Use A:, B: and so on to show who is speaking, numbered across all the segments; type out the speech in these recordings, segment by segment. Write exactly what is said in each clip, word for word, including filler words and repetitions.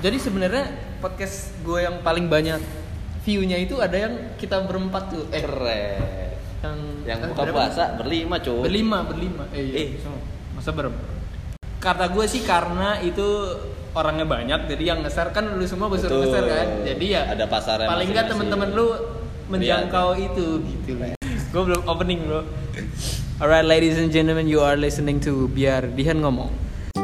A: Jadi sebenarnya podcast gue yang paling banyak view-nya itu ada yang kita berempat tuh.
B: Eh, keren.
A: Yang
B: yang
A: eh,
B: buka puasa berlima, cuy.
A: Berlima, berlima. Eh, iya.
B: Eh.
A: Masa berempat? Kata gue sih karena itu orangnya banyak, jadi yang nge-share kan lu semua besar nge-share kan. Jadi ya
B: ada pasarnya.
A: Paling enggak teman-teman lu menjangkau
B: Lihat.
A: itu gitu. Gue belum opening, bro. Alright, ladies and gentlemen, you are listening to Biar Dihan Ngomong.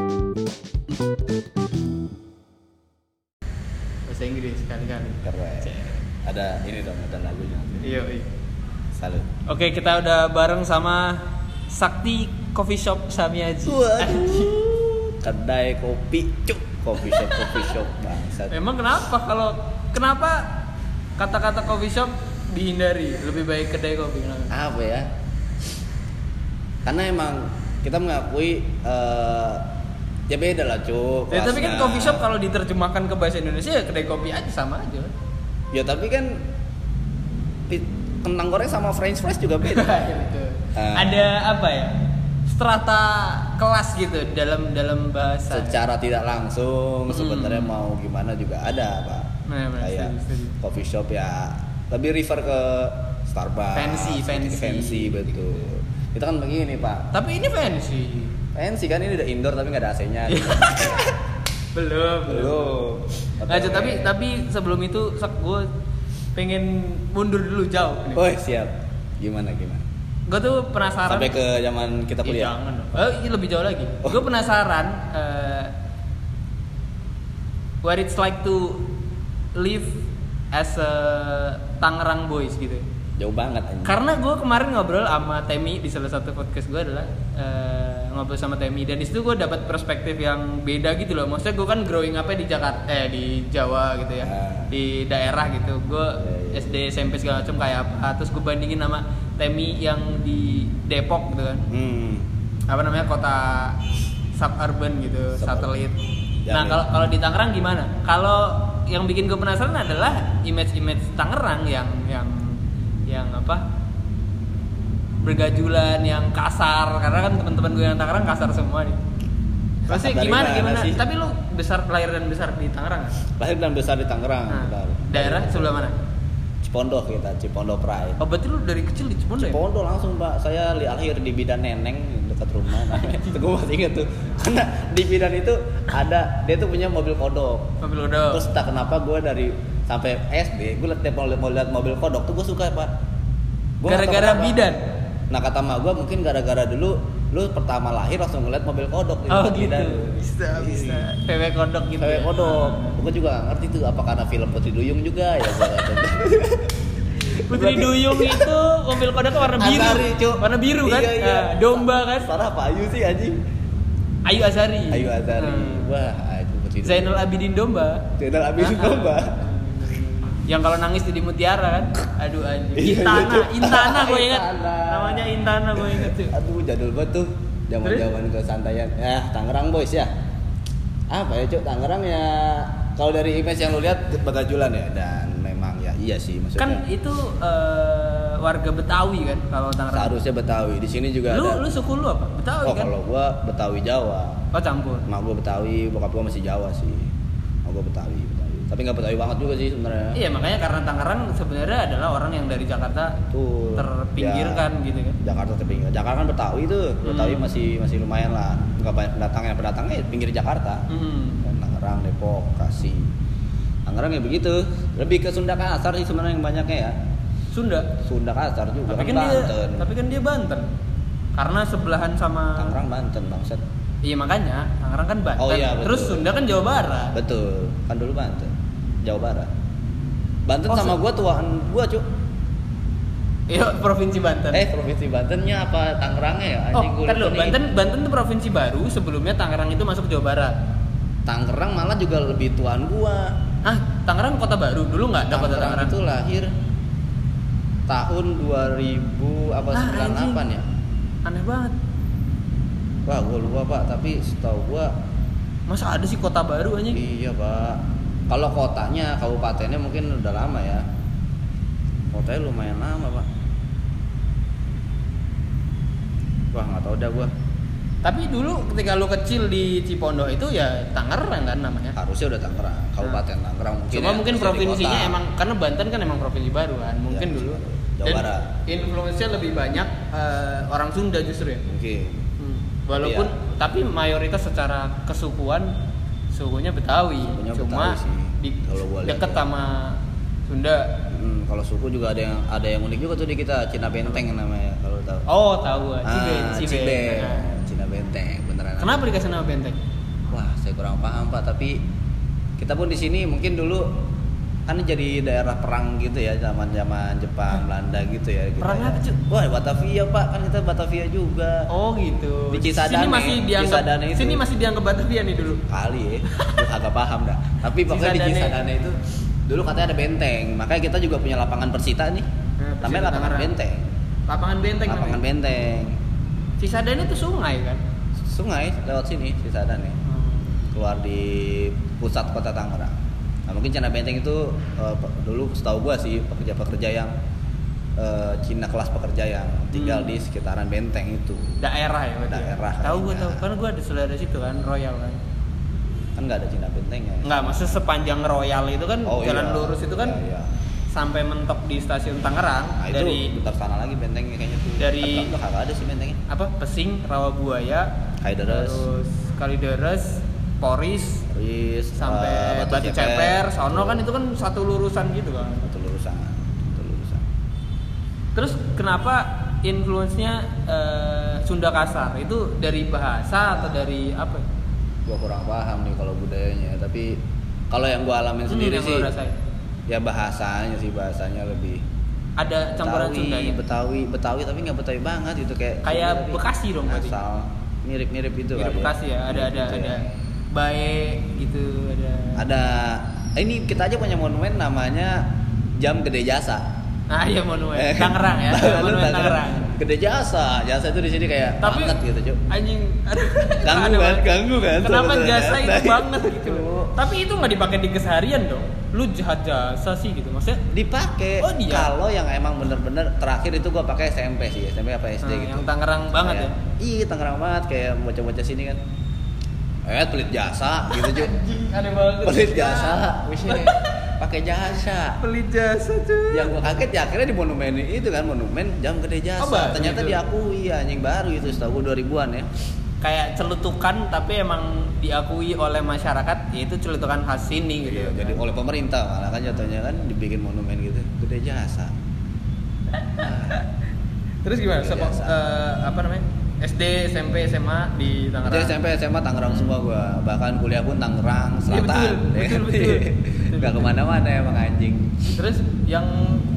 A: Bahasa Inggris sekali-kali.
B: Keren. Ada ini dong, ada lagunya.
A: Iya, iya.
B: Salut.
A: Oke, kita udah bareng sama Sakti Coffee Shop Samiaji.
B: Kedai kopi, cuk. Coffee shop, coffee shop bangsat.
A: Memang kenapa kalau kenapa kata-kata coffee shop dihindari, lebih baik kedai kopi? Kenapa?
B: Apa ya? Karena emang kita mengakui uh, ya beda lah, cuk.
A: Ya, tapi kan coffee shop kalau diterjemahkan ke bahasa Indonesia ya kedai kopi aja sama aja.
B: Ya tapi kan kentang goreng sama french fries juga beda.
A: Gitu.
B: Uh,
A: Ada apa ya? Strata kelas gitu dalam dalam bahasa.
B: Secara tidak langsung
A: hmm.
B: sebenarnya mau gimana juga ada, Pak.
A: Nah,
B: kayak
A: setuju, setuju.
B: Coffee shop ya lebih refer ke Starbucks.
A: Fancy, fancy.
B: Fancy betul. Itu kan begini, Pak.
A: Tapi ini fancy.
B: Fancy kan ini udah indoor tapi nggak ada A C-nya. Gitu.
A: belum,
B: belum.
A: Aja tapi tapi sebelum itu gue pengen mundur dulu jauh.
B: Oh, siap. Gimana gimana?
A: Gue tuh penasaran
B: sampai ke zaman kita kuliah.
A: Ya, jangan. Oh, ini lebih jauh lagi. Oh. Gue penasaran uh, what it's like to live as a Tangerang boys gitu.
B: Jauh banget anjing.
A: Karena gue kemarin ngobrol sama Temi di salah satu podcast gue adalah uh, ngobrol sama Temi dan di situ gue dapat perspektif yang beda gitu loh. Maksudnya gue kan growing up di Jakarta, eh di Jawa gitu ya, ah. di daerah gitu. Gue yeah, yeah. S D, S M P segala macam kayak apa. Terus gue bandingin sama Temi yang di Depok gitu kan. Hmm. Apa namanya kota suburban gitu, satelit. Nah kalau kalau di Tangerang gimana? Kalau yang bikin gue penasaran adalah image-image Tangerang yang yang yang apa bergajulan, yang kasar, karena kan teman-teman gue yang Tangerang kasar semua nih. Pasti gimana gimana? Sih? Tapi lu besar lahir dan besar di Tangerang kan?
B: Lahir dan besar di Tangerang.
A: Nah, daerah sebelah mana?
B: Cipondoh kita, Cipondoh Pride.
A: Oh berarti lu dari kecil di Cipondoh ya?
B: Cipondoh langsung, Mbak. Saya lahir di Bidan Neneng dekat rumah. Nah, itu gue masih inget tuh. Karena di Bidan itu ada, dia tuh punya mobil kodok.
A: Mobil kodok.
B: Terus tak kenapa gue dari sampai S D gue liat mau mau lihat mobil kodok tuh gue suka, Pak.
A: Gua gara-gara Bidan.
B: Nah kata mak gue mungkin gara-gara dulu lu pertama lahir langsung ngeliat mobil kodok di
A: oh,
B: Bidan.
A: Gitu. Bisa bisa. P W kodok gitu.
B: P W kodok. Gue juga gak ngerti tuh apa karena film Putri Duyung juga ya.
A: Putri Duyung itu mobil kodoknya warna biru.
B: Azari,
A: warna biru kan?
B: Iya, iya.
A: Nah, domba kan?
B: Parah apa Ayu sih anjing?
A: Ayu Azari.
B: Ayu Azari. Hmm. Wah, itu Putri Duyung.
A: Zainal Abidin domba.
B: Zainal Abidin domba.
A: Yang kalau nangis tuh di Mutiara kan? Aduh anjing. Intana, Intana gue ingat. Namanya Intana gue ingat tuh.
B: Aduh jadul banget tuh. Zaman-zaman kesantaian. Ya, Tangerang boys ya. Apa ya, Cuk? Tangerang ya kalau dari image yang lu lihat begajulan ya, dan memang ya iya sih maksudnya.
A: Kan itu uh, warga Betawi kan kalau Tangerang.
B: Seharusnya Betawi. Di sini juga
A: lu,
B: ada.
A: Lu suku lu apa? Betawi
B: oh,
A: kan?
B: Oh, kalau gua Betawi Jawa.
A: Oh, campur.
B: Mak gua Betawi, bokap gua masih Jawa sih. Mak gua Betawi, Betawi. Tapi enggak Betawi banget juga sih sebenarnya.
A: Iya, makanya karena Tangerang sebenarnya adalah orang yang dari Jakarta tuh terpinggirkan ya, gitu kan.
B: Jakarta terpinggir. Jakarta kan Betawi tuh. Betawi hmm. masih masih lumayan lah. Enggak banyak pendatangnya, pendatangnya pinggir Jakarta. Hmm. Tangerang, Depok, Bekasi. Tangerang ya begitu. Lebih ke Sunda kasar sih sebenarnya yang banyaknya ya.
A: Sunda,
B: Sunda kasar juga.
A: Tapi kan, kan dia, tapi kan dia Banten. Karena sebelahan sama
B: Tangerang Banten, bangsat.
A: Iya makanya, Tangerang kan Banten.
B: Oh, iya, terus
A: Sunda kan Jawa Barat.
B: Betul. Kan dulu Banten. Jawa Barat. Banten oh, sama gua tuaan gua, Cuk.
A: Iya, provinsi Banten.
B: Eh, provinsi Bantennya apa Tangerangnya ya?
A: Anjing oh, kan loh, Banten Banten tuh provinsi baru, sebelumnya Tangerang itu masuk Jawa Barat.
B: Tangerang malah juga lebih tuaan gua.
A: Ah, Tangerang kota baru dulu enggak ada kota Tangerang.
B: Itu lahir tahun dua ribu apa
A: ah,
B: sembilan puluh delapan ya?
A: Aneh banget.
B: Wah, gua lupa, Pak, tapi setahu gua
A: masa ada sih kota baru anjing?
B: Iya, Pak. Kalau kotanya, kabupatennya mungkin udah lama ya. Kotanya lumayan lama, Pak. Wah, enggak tahu dah gua.
A: Tapi dulu ketika lu kecil di Cipondoh itu ya Tangerang kan namanya.
B: Harusnya udah Tangerang, Kabupaten nah. Tangerang mungkin.
A: Cuma
B: ya,
A: mungkin provinsinya emang karena Banten kan emang provinsi baru kan, mungkin ya, dulu.
B: Jawa
A: Dan
B: Barat.
A: Influence-nya lebih banyak uh, orang Sunda justru ya.
B: Mungkin.
A: Hmm. Walaupun ya. Tapi mayoritas secara kesukuan sukunya Betawi.
B: Sukunya
A: Cuma
B: Betawi sih,
A: di deket
B: ya.
A: sama Sunda.
B: Hmm, kalau suku juga ada yang ada yang unik juga tuh di kita, Cina Benteng namanya kalau tahu.
A: Oh, tahu. Ciben,
B: ah,
A: Ciben.
B: Ciben. Nah. Cina Benteng, beneran.
A: Kenapa dikasih nama Benteng?
B: Wah, saya kurang paham Pak, tapi kita pun di sini mungkin dulu kan jadi daerah perang gitu ya, zaman-zaman Jepang, Belanda gitu ya. Gitu
A: perang
B: ya.
A: apa cuy?
B: Wah, Batavia Pak, kan kita Batavia juga.
A: Oh gitu.
B: Di Cisadane.
A: Sini masih dianggap,
B: Cisadane itu.
A: Sini masih dianggap Batavia nih dulu.
B: Kali ya, gue agak paham dah. Tapi pokoknya di Cisadane itu dulu katanya ada benteng, makanya kita juga punya lapangan Persita nih. Nah, namanya lapangan Tangerang. Benteng.
A: Lapangan Benteng.
B: Lapangan namanya. Benteng.
A: Cisadane itu sungai kan?
B: Sungai lewat sini Cisadane. Hmm. Keluar di pusat kota Tangerang. Nah, mungkin Cina Benteng itu uh, dulu setahu gua sih pekerja-pekerja yang uh, Cina kelas pekerja yang tinggal hmm. di sekitaran Benteng itu.
A: Daerah ya berarti.
B: Daerah.
A: Tahu gua tahu. Karena gua ada saudara situ kan, Royal kan.
B: Kan enggak ada Cina Benteng ya.
A: Enggak, maksud sepanjang Royal itu kan
B: oh,
A: jalan
B: iya.
A: lurus itu kan. Iya, iya. Sampai mentok di stasiun Tangerang.
B: Nah, dari bentar sana lagi bentengnya kayaknya tuh.
A: Dari
B: udah kagak ada sih bentengnya.
A: Apa? Pesing, Rawabuaya,
B: Kalideres,
A: terus Kalideres, Poris,
B: Poris
A: sampai uh, Batu Ceper, Ceper sono kan itu kan satu lurusan gitu kan.
B: Satu lurusan. Satu lurusan.
A: Terus kenapa influence-nya uh, Sunda kasar? Itu dari bahasa atau dari apa?
B: Gua kurang paham nih kalau budayanya, tapi kalau yang gua alamin
A: hmm,
B: sendiri
A: yang
B: sih ya bahasanya sih, bahasanya lebih
A: ada campuran Sundanya.
B: Betawi, Betawi tapi nggak Betawi banget gitu, kayak
A: kayak Bekasi dong berarti.
B: Asal mirip-mirip itu
A: mirip Bekasi ya, ada ada ada baik gitu, ada.
B: Ada ini kita aja punya monumen namanya Jam Gede Jasa.
A: Ah iya, monumen Tangerang ya. Monumen Tangerang.
B: Gede Jasa, Jasa itu di sini kayak
A: tapi,
B: banget gitu, Cuk.
A: Anjing.
B: Ganggu kan, ganggu kan.
A: Kenapa jasa itu nah, banget gitu. Tapi itu nggak dipakai di keseharian dong. Lu jahat jasa sih gitu, maksudnya
B: dipakai.
A: Oh, dia.
B: Kalau yang emang bener-bener terakhir itu gua pakai S M P sih, S M P apa S D nah, gitu.
A: Yang Tangerang banget
B: kayak,
A: ya.
B: Iya, Tangerang banget, kayak bocah-bocah sini kan. Eh, pelit jasa gitu, Cuk.
A: Aneh banget.
B: Pelit jasa. Wis pakai jasa.
A: Pelit jasa tuh.
B: Yang gua kaget ya akhirnya di monumen itu kan, monumen Jam Gede Jasa. Oh, ternyata gitu. Diakui ya, anjing baru itu setahu gua dua ribuan ya.
A: Kayak celutukan tapi emang diakui oleh masyarakat, yaitu celutukan khas sini gitu.
B: Iya,
A: kan?
B: Jadi oleh pemerintah malah kan jatuhnya kan dibikin monumen gitu, Gede Jasa. Nah.
A: Terus gimana? Sepok, uh, apa namanya? S D, S M P, S M A di Tangerang.
B: S D, S M P, S M A Tangerang hmm. semua gua. Bahkan kuliah pun Tangerang Selatan.
A: Ya, betul, betul, betul, betul.
B: Gak kemana-mana emang anjing.
A: Terus yang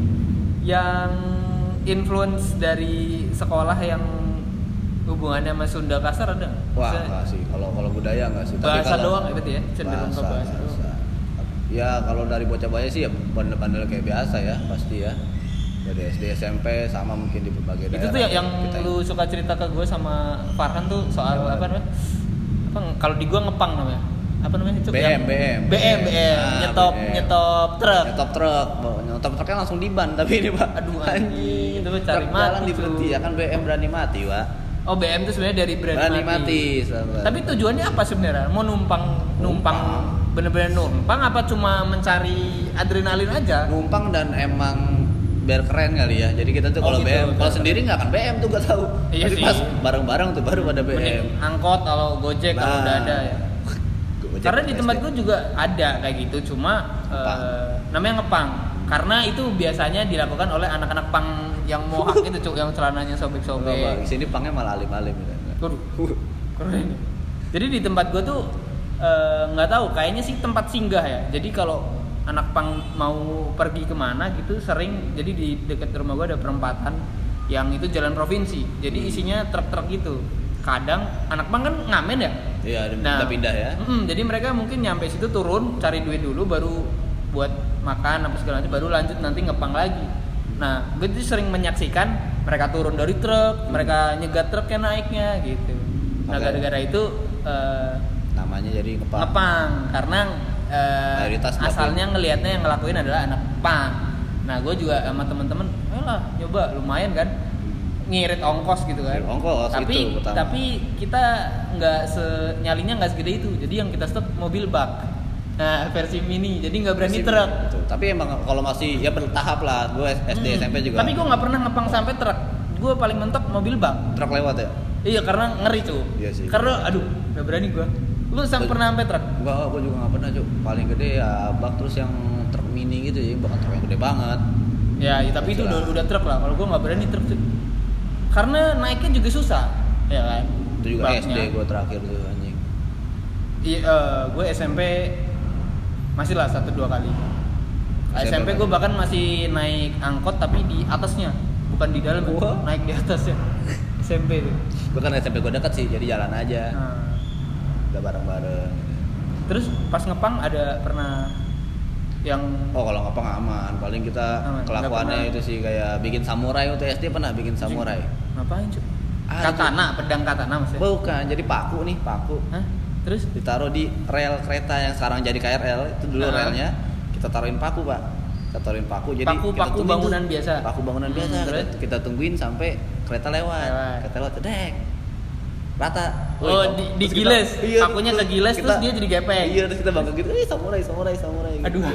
A: yang influence dari sekolah yang hubungannya sama Sunda kasar ada?
B: Wah, enggak sih. Kalau kalau budaya enggak sih.
A: Bahasa
B: Tapi kalau,
A: doang gitu ya, cenderung ke bahasa doang.
B: Ya kalau dari bocah-bocah sih ya bandel-bandel kayak biasa ya, pasti ya. Dari S D, S M P sama mungkin di berbagai daerah.
A: Itu tuh yang, yang lu suka cerita ke gue sama Farhan tuh soal ya, apa namanya? Apa kalau di gua ngepang namanya? Apa namanya itu?
B: B M, B M.
A: B M, B M. Nah, nyetop, B M. nyetop truk.
B: Nyetop truk. Nyetop truknya langsung diban tapi ini, Pak.
A: Aduh anjing, itu cari mati.
B: Jalan diberhenti ya kan, B M berani mati, Pak.
A: Oh, B M itu sebenarnya dari berani,
B: berani mati.
A: mati Tapi tujuannya apa sebenarnya? Mau numpang, numpang, numpang bener-bener numpang apa cuma mencari adrenalin aja?
B: Numpang dan emang biar keren kali ya. Jadi kita tuh kalau oh, gitu, B M, kalau sendiri nggak akan B M tuh gak tahu. Iya tapi sih. Pas bareng-bareng tuh baru pada B M. Mending
A: angkot kalau Gojek nah, kalau udah ada ya. Gojek karena di tempat gue juga ada kayak gitu, cuma uh, namanya ngepang. Karena itu biasanya dilakukan oleh anak-anak pang yang mohak itu, Cuk, yang celananya sobek-sobek.
B: Oh, di sini pangnya malah alim-alim gitu.
A: Waduh. Keren. Jadi di tempat gue tuh nggak uh, tahu, kayaknya sih tempat singgah ya. Jadi kalau anak pang mau pergi kemana gitu sering, jadi di dekat rumah gue ada perempatan yang itu jalan provinsi, jadi isinya truk-truk gitu. Kadang anak pang kan ngamen ya,
B: iya, nah, pindah ya.
A: Mm, jadi mereka mungkin nyampe situ turun cari duit dulu, baru buat makan apa segala macam, baru lanjut nanti ngepang lagi. Nah gue tuh sering menyaksikan mereka turun dari truk, hmm. mereka nyegat truknya naiknya gitu. Nah okay. gara-gara itu uh,
B: namanya jadi ngepang.
A: Ngepang karena Uh, asalnya ngelihatnya yang ngelakuin adalah anak pang. Nah gue juga sama teman-teman, lah nyoba lumayan kan, ngirit ongkos gitu kan.
B: Ngirit ongkos
A: tapi
B: itu pertama.
A: tapi kita nggak se nyalinya nggak segede itu. Jadi yang kita stok mobil bak. Nah, versi mini. Jadi nggak berani
B: Versi
A: truk.
B: Betul. Tapi emang kalau masih ya bertahap lah. Gue S D
A: Hmm.
B: S M P juga.
A: Tapi gue nggak pernah ngepang sampai truk. Gue paling mentok mobil bak.
B: Truk lewat ya?
A: Iya, karena ngeri cuy.
B: Iya sih.
A: Karena aduh, nggak berani gue. Lu sampai
B: Gua-
A: pernah sampai truk?
B: Enggak, gue juga nggak pernah cuy. Paling gede ya bak, terus yang truk mini gitu ya, bukan truk yang gede banget.
A: Ya, ya tapi itu
B: Kecil
A: udah,
B: lah.
A: udah truk lah. Kalau gue nggak berani truk cuy. Karena naiknya juga susah, ya kan?
B: Itu juga
A: Baknya.
B: S D gue terakhir tuh anjing.
A: Iya, uh, gue S M P masih lah satu dua kali.
B: S M P
A: S M P gue bahkan masih naik angkot tapi di atasnya, bukan di dalam,
B: Wah.
A: naik di atasnya. S M P tuh.
B: Gue kan S M P gue deket sih, jadi jalan aja.
A: Nah,
B: Udah bareng-bareng.
A: terus pas ngepang ada pernah yang
B: Oh kalau ngapa nggak aman, paling kita
A: Aman, nggak
B: kelakuannya
A: pernah.
B: itu sih kayak bikin samurai. Waktu S D pernah bikin samurai.
A: ngapain cuy?
B: Ah,
A: Katana, pedang katana maksudnya.
B: Bukan, jadi paku nih, paku.
A: Hah? Terus?
B: Ditaruh di rel kereta yang sekarang jadi K R L, itu dulu
A: Ah.
B: relnya. Kita taruhin paku, Pak. Kita taruhin paku, jadi
A: Paku-
B: kita
A: paku
B: tungguin
A: bangunan
B: tuh.
A: biasa?
B: Paku bangunan
A: Hmm,
B: biasa.
A: terus?
B: Kita, kita tungguin sampai kereta lewat.
A: Lewat.
B: Kereta lewat, dek. Rata.
A: Oh,
B: Woi,
A: di-
B: terus
A: digiles.
B: kita- iya,
A: Pakunya
B: terus
A: kegiles,
B: kita-
A: terus dia jadi gepeng.
B: Iya, terus kita bangga gitu. Eh, samurai, samurai, samurai. gitu.
A: Aduh.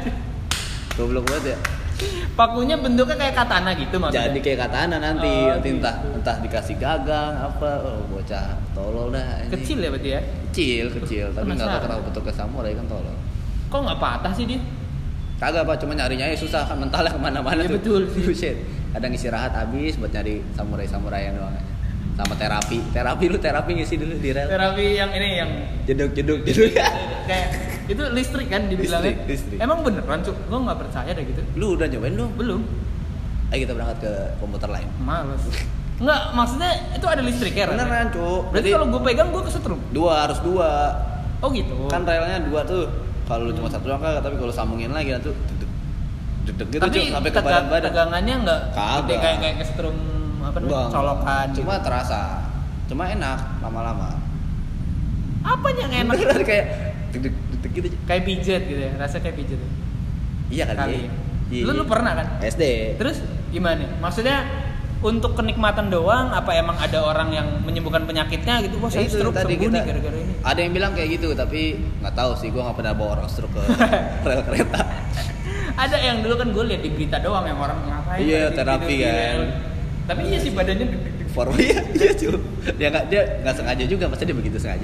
B: Goblok banget ya.
A: Pakunya bentuknya kayak katana gitu maksudnya.
B: Jadi kayak katana nanti,
A: Oh,
B: nanti
A: gitu.
B: entah entah dikasih gagang apa, oh, bocah tolol dah. anjing.
A: Kecil ya berarti ya?
B: Kecil, kecil, tapi nggak tahu
A: Penasaran.
B: kenapa bentuk ke samurai kan tolol.
A: Kok nggak patah sih dia?
B: Kagak Pak, cuma nyarinya ya susah kan, mentalnya kemana-mana
A: Iya,
B: tuh.
A: betul sih.
B: Buset. Kadang istirahat habis buat nyari samurai-samurai yang doang aja. Sama terapi, terapi lu terapi ngisi dulu di rel.
A: Terapi yang ini yang
B: Jeduk jeduk jeduk.
A: kayak itu listrik kan dibilangnya.
B: Listrik, listrik.
A: Emang beneran cuk? Gue nggak percaya deh gitu.
B: Lu udah nyobain lu?
A: Belum.
B: Ayo kita berangkat ke komputer lain.
A: Males. Enggak, maksudnya itu ada listriknya. Ran?
B: Beneran, Cuk.
A: Berarti
B: Jadi
A: kalau gue pegang gue kesetrum.
B: dua harus dua.
A: Oh gitu.
B: Kan relnya dua tuh. Kalau lu cuma satu doang kagak, tapi kalau sambungin lagi nanti dedek dedek gitu
A: Tapi
B: Cuk, sampai ke
A: tega-
B: badan-badan.
A: tegangannya nggak
B: Kagak.
A: gede kayak kayak kesetrum apa namanya?
B: Enggak,
A: Colokan.
B: Cuma
A: gitu.
B: terasa. Cuma enak lama-lama.
A: Apa yang enak?
B: Beneran kayak dedek dedek gitu. Cuk.
A: Kayak pijet gitu ya. Rasa kayak pijet. Ya?
B: Iya kali.
A: Kali.
B: ya. Iya,
A: Lu
B: iya.
A: lu pernah kan?
B: S D.
A: Terus gimana? Maksudnya untuk kenikmatan doang apa emang ada orang yang menyembuhkan penyakitnya gitu? Wah, saya
B: Itu
A: stroke
B: tadi
A: sembuh
B: kita
A: nih gara-gara ini.
B: ada yang bilang kayak gitu, tapi nggak tahu sih, gua nggak pernah bawa orang stroke ke rel kereta.
A: Ada yang dulu kan gue lihat di berita doang yang orang ngapain
B: Iya,
A: tadi
B: terapi
A: tidur di
B: kan.
A: rel. Tapi iya sih badannya deg-deg.
B: For iya, iya cuy. Dia nggak dia nggak sengaja juga, pasti dia begitu sengaja.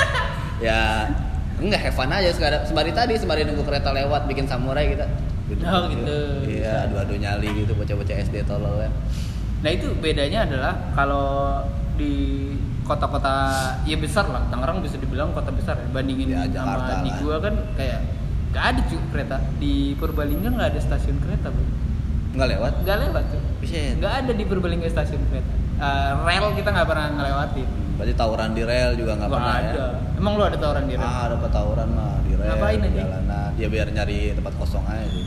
B: Ya enggak, have fun aja sekarang. Sembari tadi, sembari nunggu kereta lewat bikin samurai kita.
A: Oh, gitu.
B: Iya, adu-adu nyali gitu, bocah-bocah S D tolol kan.
A: Nah itu bedanya adalah kalau di kota-kota ya besar lah, Tangerang bisa dibilang kota besar ya, bandingin
B: Ya, Jakarta
A: sama di
B: lah.
A: gua kan kayak gak ada cuy kereta di Purbalingga, nggak ada stasiun kereta bro,
B: Nggak lewat?
A: nggak lewat tuh,
B: Buset.
A: nggak ada di Purbalingga stasiun kereta. Uh, rel kita nggak pernah ngelewatin.
B: Berarti tawuran di rel juga nggak
A: Nggak
B: pernah
A: ada.
B: ya?
A: Emang lu ada tawaran di rel?
B: Ah, ada tawuran mah di rel,
A: Ngapain
B: di
A: aja?
B: jalanan. Ya biar nyari tempat kosong aja sih.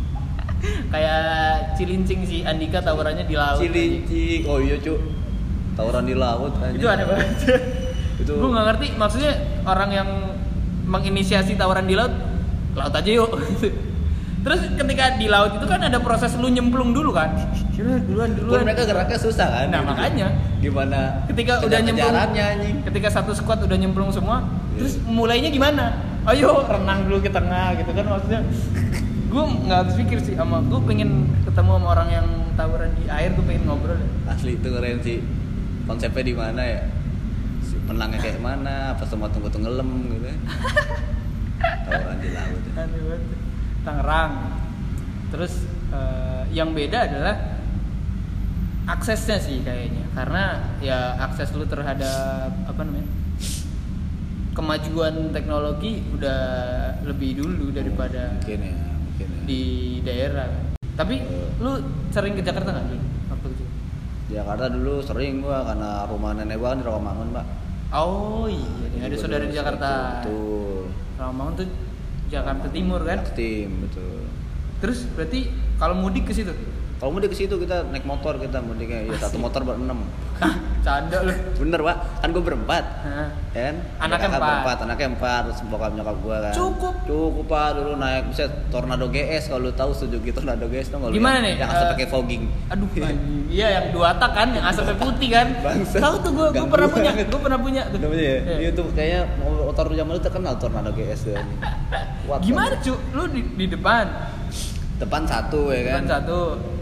A: Kayak Cilincing si Andika tawarannya di laut.
B: Cilincing. Oh iya, Cuk. Tawuran di laut anjing.
A: Itu aneh banget.
B: Itu
A: Gue nggak ngerti maksudnya orang yang menginisiasi tawaran di laut, laut aja yuk. Terus ketika di laut itu kan ada proses lu nyemplung dulu kan. Duluan duluan
B: Pun
A: duluan.
B: mereka geraknya susah kan.
A: Nah,
B: gitu.
A: makanya.
B: Gimana?
A: Ketika udah nyemplung,
B: kejar-kejarannya, anjing.
A: ketika satu squad udah nyemplung semua,
B: Iya.
A: terus mulainya gimana? Ayo renang dulu ke tengah gitu kan maksudnya. Gue nggak habis pikir sih sama gue pengen ketemu sama orang yang tawuran di air, gue pengen ngobrol ya.
B: Asli itu keren sih. Konsepnya di mana ya? Si penangnya kayak mana? Apa semua tunggu tenggelam gitu. Tawuran di laut. Ya.
A: Aneh banget. Tangerang. Terus eh, yang beda adalah aksesnya sih kayaknya, karena ya akses lu terhadap apa namanya kemajuan teknologi udah lebih dulu daripada
B: Mungkin ya, mungkin ya.
A: di daerah. Tapi lu sering ke Jakarta nggak dulu waktu kecil?
B: Jakarta dulu sering gua karena rumah nenek gua kan di Rawamangun, Pak.
A: Oh iya,
B: Jadi
A: ada
B: gua
A: saudara
B: dulu
A: di Jakarta.
B: sering- Betul.
A: Rawamangun tuh Jakarta Timur kan?
B: Jaktim, betul.
A: Terus berarti kalau mudik ke situ?
B: Kalau mudik ke situ kita naik motor, kita mudiknya ya satu motor berenam.
A: Canda lu.
B: Bener pak, kan gue berempat,
A: Hah.
B: kan?
A: Anaknya empat.
B: berempat, anaknya empat, terus bokap nyokap gue kan.
A: Cukup.
B: Cukup pak, dulu naik bisa Tornado G S kalau lu tahu Suzuki Tornado G S tuh.
A: Gimana
B: yang,
A: nih?
B: Yang asap
A: Uh,
B: pakai fogging.
A: Aduh, iya yang dua tak kan, yang asapnya putih kan. Tahu tuh gue, gue pernah punya, gue pernah punya tuh.
B: Namanya ya?
A: Iya.
B: Iya tuh kayaknya motor zaman lu terkenal Tornado G S tuh.
A: Gimana cu? Lu di, di depan?
B: Depan satu ya kan?
A: Depan satu.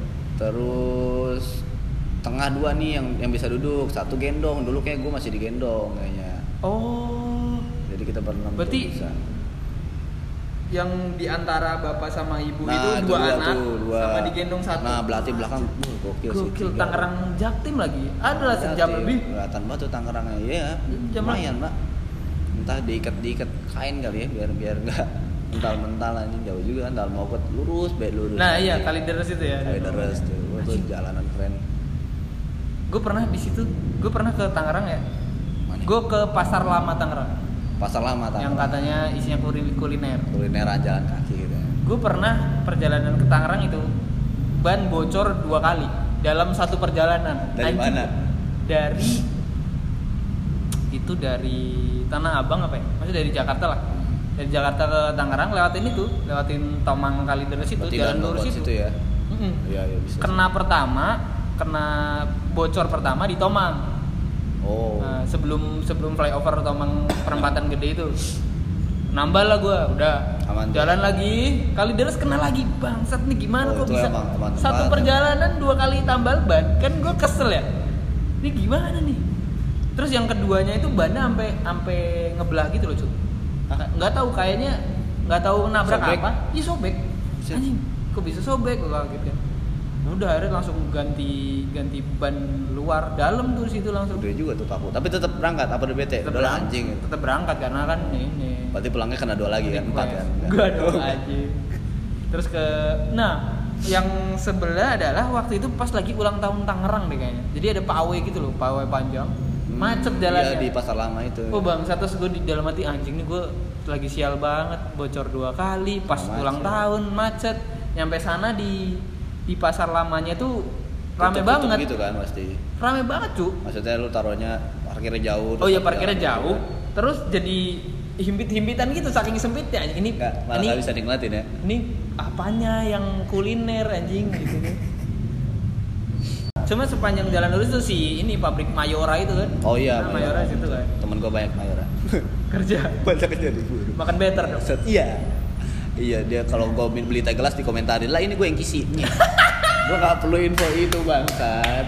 B: Terus tengah dua nih yang yang bisa duduk, satu gendong. Dulu kayak gue masih digendong kayaknya.
A: Oh.
B: Jadi kita berenam.
A: Berarti
B: bisa.
A: Yang diantara bapak sama ibu
B: Nah,
A: itu
B: itu
A: dua
B: dua
A: anak
B: tuh, dua.
A: sama digendong satu.
B: Nah, belakang belakang uh, gokil sih.
A: Gokil,
B: tiga.
A: Tangerang Jaktim lagi. Adalah sejam
B: Hati,
A: lebih.
B: Kelihatan banget tuh Tangerangnya. Iya,
A: Jam
B: lumayan, Pak. Entah diikat-diikat kain kali ya biar biar enggak mental-mental anjing, jauh juga kan, dalam mau ke lurus, baik lurus.
A: Nah, iya, Kalideres itu ya.
B: Kalideres tuh. Itu jalanan keren.
A: Gue pernah di situ. Gue pernah ke Tangerang ya.
B: Mana?
A: Gue ke Pasar Lama Tangerang.
B: Pasar Lama Tangerang.
A: Yang katanya isinya kuliner. kuliner.
B: Kulineran jalan kaki gitu.
A: Gue pernah perjalanan ke Tangerang itu ban bocor dua kali dalam satu perjalanan.
B: Dari
A: Anjing.
B: mana?
A: Dari itu dari Tanah Abang apa ya? Maksudnya dari Jakarta lah. Dari Jakarta ke Tangerang lewatin itu, lewatin Tomang Kalideres itu,
B: Berarti
A: jalan
B: dan
A: lurus
B: lewat
A: itu.
B: situ ya.
A: Mm-mm.
B: Iya, iya bisa.
A: Kena pertama, kena bocor pertama di Tomang.
B: Oh.
A: Nah, sebelum sebelum flyover Tomang perempatan gede itu. Nambah lah gue, udah
B: Aman,
A: jalan
B: tuh.
A: lagi, Kalideres kena lagi, bangsat nih gimana
B: Oh,
A: kok
B: itu
A: bisa
B: emang aman
A: satu
B: banget.
A: perjalanan dua kali tambal ban, kan gue kesel ya, ini gimana nih? Terus yang keduanya itu bannya sampai sampai ngebelah gitu loh cuy, nggak tahu kayaknya nggak tahu nabrak
B: Sobek?
A: apa, iya sobek,
B: Buset.
A: anjing, kok bisa sobek gue kaget kan? Udah akhirnya langsung ganti ganti ban luar dalam tuh situ langsung.
B: Udah juga tuh paku. Tapi tetap berangkat apa udah bete?
A: Tetep
B: Udah lah,
A: berang-
B: anjing.
A: Tetep berangkat karena kan ini.
B: Berarti pulangnya kena dua lagi kan? Empat kan?
A: Gua dong aja. Terus ke, nah yang sebelah adalah waktu itu pas lagi ulang tahun Tangerang deh kayaknya. Jadi ada pawai gitu loh, pawai panjang, macet jalannya.
B: Iya di pasar lama itu.
A: Oh bang, satu gue di dalam hati anjing nih gue lagi sial banget, bocor dua kali pas
B: Macet.
A: ulang tahun macet. Nyampe sana di di pasar lamanya tuh rame
B: Tutup-tutup
A: banget.
B: gitu kan pasti.
A: Rame banget cu.
B: Maksudnya lu taruhnya parkirnya jauh.
A: Oh
B: terus
A: iya
B: ada
A: parkirnya
B: jalan
A: jauh,
B: gitu kan.
A: terus jadi himpit-himpitan gitu saking sempitnya. Ini
B: Nggak, malah
A: ini
B: nggak bisa nikmatin ya.
A: ini apanya yang kuliner anjing gitu kan. Cuma sepanjang jalan lurus tuh si ini pabrik Mayora itu kan.
B: Oh iya,
A: Nah, Mayora situ kan.
B: Temen gua banyak Mayora.
A: Kerja.
B: Banyak kerja di buru.
A: Makan better dong.
B: Set, iya. Iya dia kalau gua beli teh gelas dikomentarin lah ini gue yang kisi. Gua nggak perlu info itu bangsat.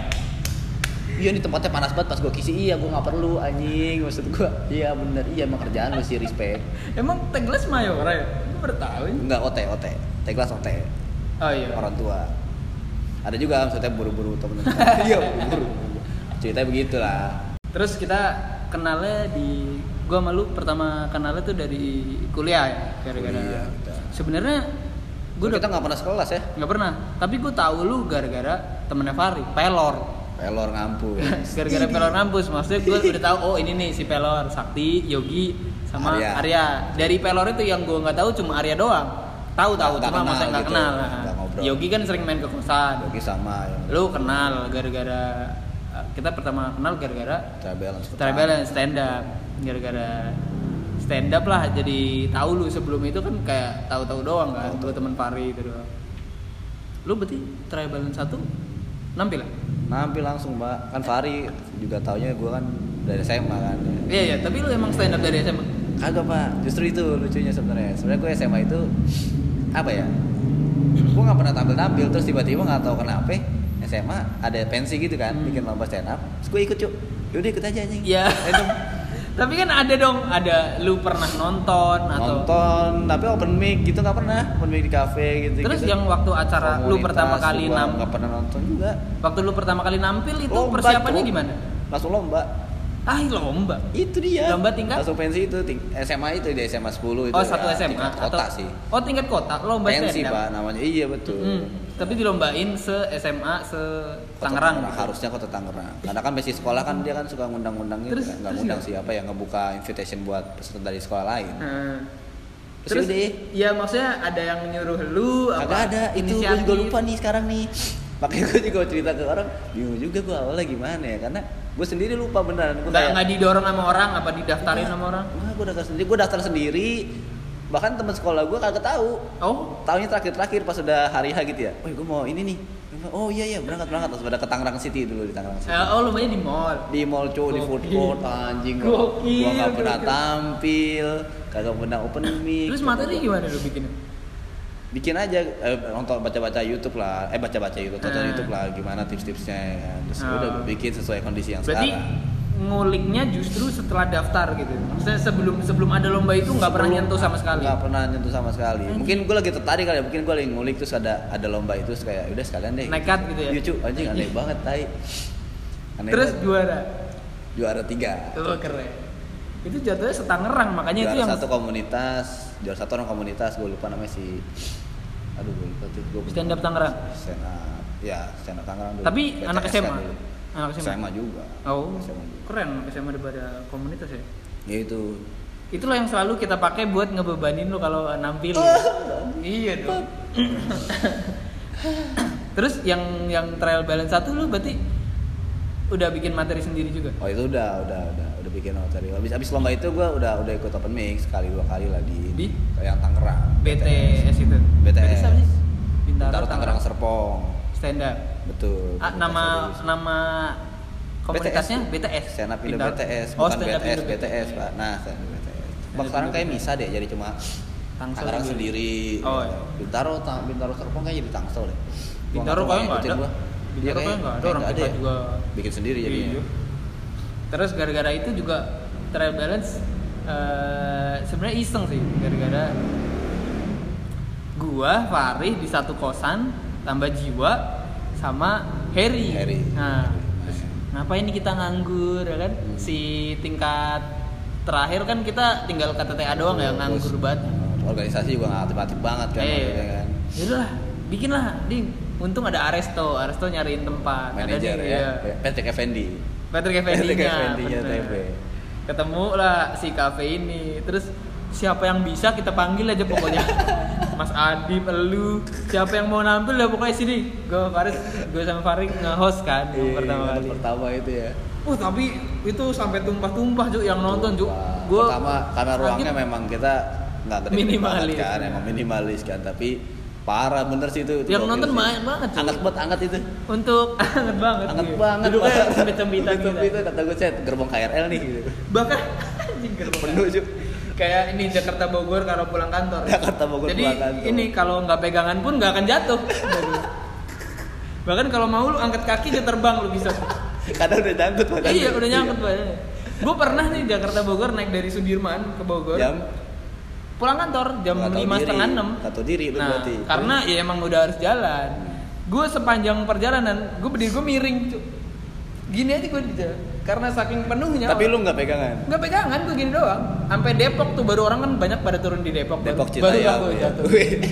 B: Iya nih tempatnya panas banget pas gua kisi. Iya gua nggak perlu anjing maksud gua. Iya bener iya emang kerjaan mesti respect.
A: Emang teh gelas Mayora ya? Gue baru tahu.
B: Enggak O T O T. Teh gelas O T.
A: Oh iya.
B: Orang tua. Ada juga maksudnya buru-buru temen. Iya buru-buru. Ceritanya begitulah.
A: Terus kita kenalnya di gua sama lu pertama kenalnya tuh dari kuliah ya, gara-gara.
B: Kuliah, kita.
A: Sebenarnya
B: Gue kita nggak pernah sekelas ya.
A: nggak pernah, tapi gue tahu lu gara-gara temennya Fahri, Pelor.
B: Pelor ngampus.
A: Gara-gara Pelor ngampus, maksudnya gue udah tahu oh ini nih si Pelor, Sakti, Yogi, sama
B: Arya.
A: Arya. Dari Pelor itu yang gue nggak tahu cuma Arya doang. Tahu tahu,
B: Nggak
A: cuma
B: kenal
A: maksudnya nggak
B: gitu,
A: kenal.
B: nggak ngobrol.
A: Yogi kan sering main ke kosan.
B: Yogi sama ya.
A: Lu kenal gara-gara kita pertama kenal gara-gara
B: Trabalance.
A: Trabalance stand up, gara-gara stand up lah jadi tahu lu. Sebelum itu kan kayak tahu-tahu doang kan,
B: Tahu.
A: lu teman Fahri itu doang. Lu berarti Trabalance satu nampil lah?
B: Nampil langsung mbak. Kan Fahri juga taunya gue kan dari S M A kan.
A: Iya iya, tapi lu emang stand up dari S M A?
B: Kagak pak. Justru itu lucunya sebenarnya. Sebenarnya gue S M A itu apa ya? Gue nggak pernah tampil-tampil terus tiba-tiba nggak tahu kenapa S M A ada pensi gitu kan,
A: Hmm.
B: bikin lomba stand up. Terus gue ikut cuk. Yaudah ikut aja anjing.
A: Iya.
B: Random.
A: Tapi kan ada dong, ada lu pernah nonton atau
B: Nonton, tapi open mic gitu nggak pernah, open mic di kafe gitu.
A: terus
B: gitu.
A: yang waktu acara lu
B: Komunitas,
A: pertama kali
B: gua
A: nam
B: nggak pernah nonton juga.
A: waktu lu pertama kali nampil itu
B: Lomba,
A: persiapannya
B: Cuk.
A: gimana?
B: Langsung lomba.
A: Ah lomba.
B: Itu dia.
A: Lomba tingkat?
B: Langsung pensi itu ting- S M A itu di S M A sepuluh itu.
A: Oh satu
B: ya,
A: S M A
B: tingkat kota sih.
A: Oh tingkat kota, lomba
B: Pensi
A: stand up.
B: pak namanya. Iya betul.
A: Hmm. Tapi dilombain se S M A se
B: Kota
A: Tangerang.
B: Harusnya kota Tangerang. Karena kan basic sekolah kan dia kan suka ngundang-ngundang gitu
A: Terus-
B: kan. Enggak
A: terus
B: ngundang
A: gimana?
B: siapa yang ngebuka invitation buat peserta dari sekolah lain.
A: Hmm.
B: Terus
A: Terus
B: udah.
A: ya maksudnya ada yang nyuruh lu apa?
B: Agak ada. Itu gue juga
A: inisiatif?
B: lupa nih sekarang nih. Makanya gue juga cerita ke orang, bingung juga gue awalnya gimana ya, karena gue sendiri lupa beneran. Gue
A: nggak
B: kayak,
A: nggak didorong sama orang, apa didaftarin
B: enggak,
A: sama orang?
B: Enggak, gue daftar sendiri, gue daftar sendiri. Bahkan teman sekolah gue kagak tahu.
A: Oh,
B: Tahunya terakhir-terakhir pas udah hari H gitu ya. Oh, gue mau ini nih. Oh iya iya berangkat berangkat terus pada ke Tangerang City dulu di Tangerang City.
A: oh lu mainnya di mall.
B: Di mall cuy, di food court anjing. Gua gua enggak pernah tampil, kagak pernah open mic.
A: Terus materi gimana lu bikinnya?
B: Bikin aja eh, nonton baca-baca YouTube lah. Eh baca-baca YouTube, tonton
A: Hmm.
B: YouTube lah gimana tips-tipsnya ya. Terus
A: Oh.
B: udah gua bikin sesuai kondisi yang
A: Berarti
B: sekarang.
A: nguliknya justru setelah daftar gitu. Maksudnya sebelum sebelum ada lomba itu nggak pernah
B: Sebelum-
A: nyentuh sama sekali.
B: Nggak pernah nyentuh sama sekali.
A: Anjing.
B: Mungkin gue lagi tertarik kali ya. Mungkin gue lagi ngulik terus ada ada lomba itu terus kayak udah sekalian deh.
A: Nekat gitu ya?
B: YouTube anjing aneh banget tai. Aneh
A: Terus
B: banget.
A: juara.
B: Juara tiga.
A: Oh, keren. Itu jatuhnya setangerang, makanya
B: Juara
A: itu yang
B: satu komunitas, juara satu orang komunitas, gue lupa namanya si, aduh gue lupa tuh. Gua
A: stand up Tangerang.
B: Stand up, ya stand up Tangerang dulu.
A: Tapi
B: B T S
A: anak S M A?
B: kan dulu.
A: Anak S M A?
B: S M A juga.
A: Oh,
B: S M A juga.
A: keren S M A daripada komunitas ya.
B: Ya itu.
A: Itulah yang selalu kita pakai buat ngebebanin lu kalau nampil. Iya dong. Terus yang yang trial balance satu lu berarti udah bikin materi sendiri juga?
B: Oh itu udah, udah, udah, udah bikin materi. Habis habis lomba itu gue udah udah ikut open mic sekali dua kali lah di,
A: Di?
B: yang Tangerang.
A: B T S itu.
B: B T S.
A: apa sih?
B: Bintaro Tangerang Serpong.
A: Stand up.
B: Betul.
A: Ah, nama nama komunitasnya B T S.
B: Stand up Indo
A: Bintaro.
B: B T S,
A: Oh,
B: bukan
A: stand up
B: B T S,
A: Indo
B: B T S, Pak. Nah, stand up B T S. Bang sekarang kayak Misa deh, jadi cuma
A: Tangsel
B: Tangerang
A: sendiri.
B: sendiri.
A: Oh,
B: ya.
A: iya.
B: Bintaro, Tang- Bintaro Serpong kayak jadi Tangsel deh. Gua
A: Bintaro
B: nggak tahu,
A: kayaknya nggak
B: ngikutin
A: ada.
B: gua.
A: Bintaro
B: Dia
A: kayaknya nggak ada,
B: kayak
A: orang
B: nggak
A: kita
B: ya.
A: juga
B: bikin sendiri jadinya.
A: Iya. Terus gara-gara itu juga trial balance eh, sebenarnya iseng sih, gara-gara gua Fahri di satu kosan tambah Jiwa sama Harry.
B: Harry.
A: Nah,
B: Harry.
A: terus ngapain nih kita nganggur ya kan?
B: Hmm.
A: Si tingkat terakhir kan kita tinggal K T T A doang ya, nganggur
B: Terus,
A: banget.
B: organisasi juga nggak aktif-aktif banget kan,
A: Eh,
B: maksudnya kan.
A: Yaudah, bikin lah, ding. Untung ada Aresto, Aresto nyariin tempat.
B: Manajer
A: ada nih,
B: ya,
A: iya.
B: Patrick Effendi.
A: Patrick
B: Patrick
A: Effendi-nya,
B: Effendi-nya
A: bener.
B: T V.
A: Ketemu lah si kafe ini. Terus siapa yang bisa kita panggil aja pokoknya. Mas Adib, elu, siapa yang mau nampil lah pokoknya sini. Gue Faris, gue sama Farid nge-host kan yang
B: Iya,
A: pertama
B: yang
A: kali.
B: pertama itu ya.
A: Uh tapi itu sampai tumpah-tumpah Cuk yang nonton Cuk.
B: Wah,
A: Gua
B: pertama karena ruangnya
A: kaget.
B: memang kita nggak gede
A: Minimalis.
B: banget kan, emang minimalis kan, tapi parah bener sih itu. itu
A: Yang
B: gokil
A: nonton
B: sih.
A: banyak banget, Cuk.
B: Angkat banget, angkat itu.
A: Untuk anget banget.
B: Angkat
A: gitu.
B: banget.
A: Duduknya sempit-sempitan gitu.
B: Sempit-sempitan, kata gue set gerbong K R L nih gitu.
A: Bahkan anjing gerbong.
B: Penuh Cuk.
A: Kayak ini Jakarta Bogor kalau pulang kantor.
B: Jakarta Bogor
A: Jadi
B: pulang kantor.
A: ini kalau nggak pegangan pun nggak akan jatuh. Bahkan kalau mau lu angkat kaki dia terbang lu bisa.
B: Kadang udah nyangkut badannya.
A: Iya udah nyangkut badannya. Gue pernah nih Jakarta Bogor naik dari Sudirman ke Bogor.
B: Jam
A: Pulang kantor jam
B: nggak tahu
A: lima
B: diri.
A: setengah enam.
B: Nggak tahu diri lu
A: Nah,
B: berarti.
A: karena ya emang udah harus jalan. Gue sepanjang perjalanan, gue berdiri gue miring, Cuk. Gini aja gue di jalan. Karena saking penuhnya.
B: Tapi
A: orang.
B: lu nggak pegangan.
A: Nggak pegangan, gue gini doang. Sampai Depok tuh baru orang kan banyak pada turun di Depok.
B: Depok
A: baru, baru
B: Citayam.
A: aku
B: Ya.
A: jatuh.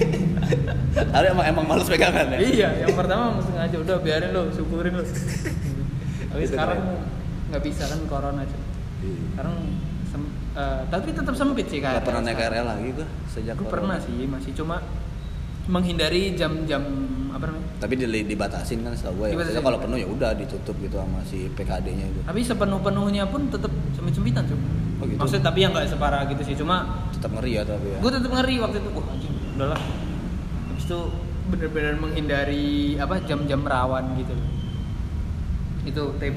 B: Tapi emang emang males pegangan ya.
A: Iya, yang pertama mesti sengaja udah biarin lo, syukurin lo. Tapi
B: Itu
A: sekarang
B: keren.
A: nggak bisa kan corona Cuk.
B: Iya.
A: Sekarang sem- eh, tapi tetap sempit sih
B: Nggak
A: K R L
B: pernah naik K R
A: sekarang.
B: L lagi gua sejak
A: Gue
B: corona.
A: pernah sih, masih cuma menghindari jam-jam apa namanya?
B: Tapi di, dibatasin kan setahu gue ya.
A: Dibatasin.
B: Maksudnya kalau penuh ya udah ditutup gitu sama si P K D-nya itu.
A: Tapi sepenuh-penuhnya pun tetap sempit-sempitan Cuk.
B: Oh gitu.
A: Maksudnya tapi yang nggak separah gitu sih, cuma
B: Tetap ngeri ya tapi ya.
A: gue tetap ngeri waktu itu. Wah anjing, udahlah. Habis itu bener-bener menghindari apa jam-jam rawan gitu loh. Itu T B.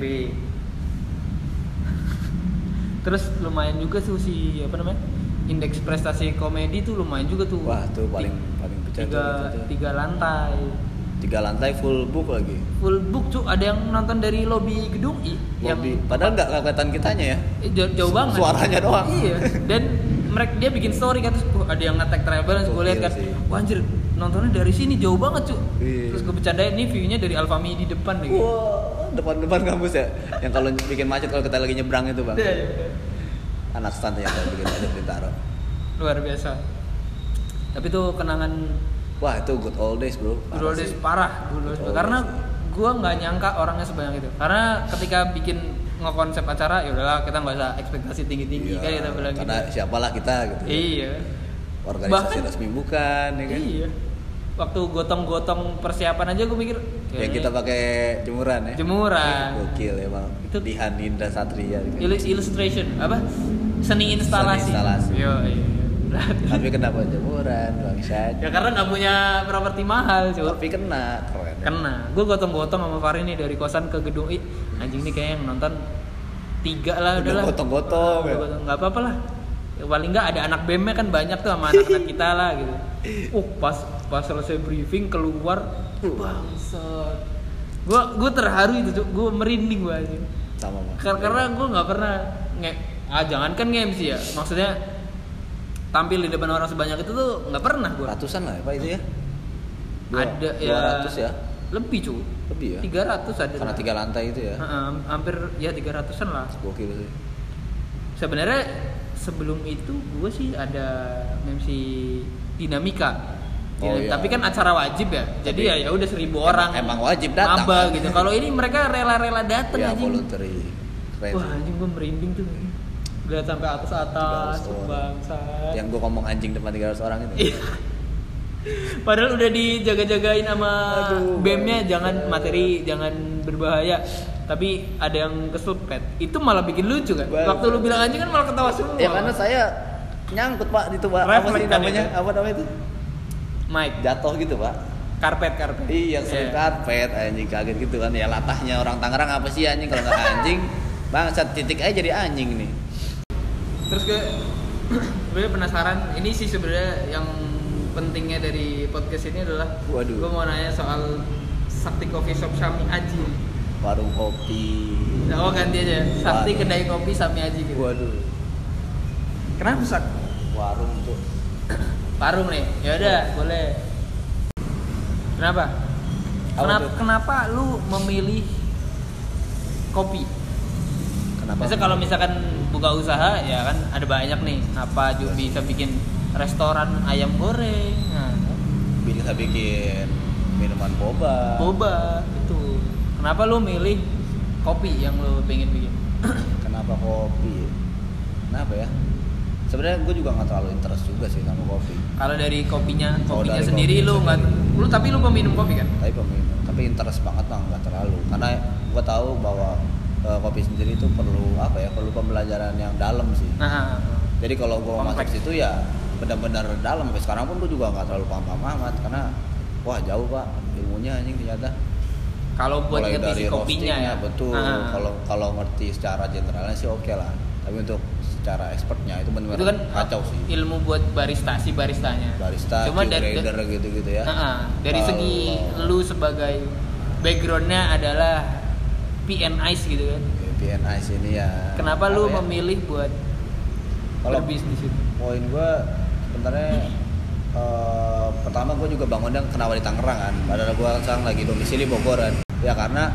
A: Terus lumayan juga tuh si apa namanya? Indeks prestasi komedi tuh lumayan juga tuh.
B: Wah, tuh paling paling pecah
A: tiga,
B: tuh, itu tuh.
A: tiga lantai.
B: Tiga lantai full book lagi.
A: Full book Cuk, ada yang nonton dari lobi gedung I yang
B: Lobby. Padahal nggak nggak kelihatan kitanya ya.
A: eh, jauh, jauh banget.
B: Suaranya doang.
A: Iya. Dan mereka dia bikin story kan terus ada yang nge-tag travel gue lihat kan.
B: Gokil sih.
A: Wah anjir, nontonnya dari sini jauh banget Cuk.
B: Iya.
A: Terus gue bercandain nih view-nya dari Alfamidi di depan nih.
B: Wah, depan-depan kampus ya. Yang kalau bikin macet kalau kita lagi nyebrang itu, Bang.
A: Iya, iya, iya.
B: Anak stand yang kalau bikin macet Bintaro.
A: Luar biasa. Tapi tuh kenangan
B: Wah, itu good old days, Bro. Parah
A: Good old days
B: sih.
A: parah dulu
B: Good old
A: karena
B: days,
A: gue nggak nyangka orangnya sebanyak itu. Karena ketika bikin ngekonsep acara ya udahlah kita nggak usah ekspektasi tinggi tinggi
B: Iya,
A: kan kita bilang
B: karena
A: gitu.
B: siapalah kita gitu.
A: Iya.
B: Organisasi
A: Bahkan-
B: resmi bukan, ya kan?
A: Iya. waktu gotong-gotong persiapan aja gue mikir
B: yang kita pakai jemuran ya.
A: Jemuran.
B: Gokil emang. Itu Dihan Indra Satria.
A: Illus- illustration apa? Seni instalasi.
B: Seni instalasi.
A: Yo, iya.
B: Tapi kenapa jemuran bangsat?
A: Ya karena nggak punya properti mahal, cuy.
B: Tapi kena, keren.
A: Kena. Gue gotong-gotong sama Fahri nih dari kosan ke gedung. Ih, anjing nih kayak yang nonton tiga lah udah lah.
B: Gotong-gotong.
A: Ya. Nggak apa-apa lah. Ya, paling nggak ada anak B E M-nya kan banyak tuh sama anak-anak kita lah gitu. Uh, pas pas selesai briefing keluar, bangsat. Gue gue terharu itu, cuy. Gue merinding gue aja.
B: Sama Mas.
A: Karena gue nggak pernah nge, ah jangankan nge-M C ya, maksudnya tampil di depan orang sebanyak itu tuh nggak pernah gue.
B: Ratusan lah Pak itu ya? Dua,
A: Ada ya.
B: dua ratus ya?
A: Lebih cuy.
B: Lebih ya?
A: tiga ratus ada.
B: Karena tiga lantai itu ya?
A: Uh, hampir ya tiga ratusan lah.
B: Gokil sih.
A: Sebenarnya sebelum itu gue sih ada M C dinamika.
B: Oh,
A: Ya,
B: iya.
A: Tapi kan acara wajib ya. Jadi
B: Tapi
A: ya ya udah seribu
B: emang-
A: orang.
B: emang wajib datang,
A: Maba
B: kan?
A: gitu. Kalau ini mereka rela-rela datang
B: Ya
A: anjing.
B: voluntary. Keren
A: Wah,
B: sih.
A: anjing gue merinding tuh. Lihat sampai atas-atas
B: tiga ratus orang.
A: bangsat.
B: Yang gue ngomong anjing depan tiga ratus orang itu.
A: Iya. Padahal udah dijaga-jagain sama
B: Aduh,
A: B E M-nya,
B: bangsa.
A: jangan materi, jangan berbahaya. Tapi ada yang keselpet. Itu malah bikin lucu kan.
B: Bangsa.
A: Waktu lu bilang anjing kan malah ketawa semua.
B: Ya karena saya nyangkut Pak di itu Pak. Apa
A: Refleks
B: sih
A: kan
B: namanya?
A: itu?
B: Apa namanya itu?
A: Mike,
B: Jatuh gitu Pak.
A: karpet, karpet.
B: Iya, sering karpet anjing kaget gitu kan. Ya latahnya orang Tangerang apa sih anjing kalau nggak anjing? Bangsat titik aja jadi anjing nih.
A: Terus gue gue penasaran, ini sih sebenarnya yang pentingnya dari podcast ini adalah
B: Waduh.
A: gue mau nanya soal Sakti Coffee Shop Sami Aji.
B: Warung kopi.
A: Oh ganti aja, Sakti
B: Waduh.
A: kedai kopi Sami Aji gitu.
B: Waduh.
A: Kenapa Sak?
B: Warung tuh.
A: Warung nih, ya udah boleh. Kenapa?
B: Apa
A: Kenapa,
B: tuh?
A: kenapa lu memilih kopi?
B: Kenapa?
A: Biasa kalau misalkan buka usaha ya kan ada banyak nih. Apa juga bisa bikin restoran ayam goreng, nah,
B: bisa bikin minuman boba.
A: boba itu. Kenapa lu milih kopi yang lu pengen bikin?
B: Kenapa kopi? Kenapa ya? Sebenarnya gue juga nggak terlalu interest juga sih sama kopi.
A: Kalau dari kopinya,
B: Oh,
A: kopinya
B: dari
A: sendiri
B: kopinya
A: lu nggak,
B: sendiri.
A: lu tapi lu peminum kopi kan?
B: Tapi peminum, tapi interest banget bang, nggak terlalu. Karena gue tahu bahwa uh, kopi sendiri itu perlu apa ya? Perlu pembelajaran yang dalam sih.
A: Nah,
B: Jadi kalau gue masuk
A: Kompleks.
B: situ ya benar-benar dalam. Sampai sekarang pun gue juga nggak terlalu paham-paham amat karena wah jauh pak ilmunya anjing ternyata.
A: kalau buat
B: Mulai
A: ngerti
B: dari
A: si kopinya ya,
B: betul.
A: Nah,
B: Kalau kalau ngerti secara generalnya sih oke lah. Tapi untuk secara expertnya itu benar-benar
A: itu kan
B: kacau sih.
A: ilmu buat barista si baristanya.
B: Barista,
A: Cuma
B: tea
A: dari
B: trader gitu-gitu ya.
A: Nah, dari
B: Kalau-
A: segi lu sebagai backgroundnya adalah P N Ice gitu kan.
B: P N I sini ya.
A: Kenapa lu
B: apa ya?
A: memilih buat
B: Kalau
A: berbisnis itu?
B: poin gue sebenarnya eh, pertama gue juga bangunnya kenapa di Tangerang kan. Padahal gue sekarang lagi domisili Bogor kan. Ya karena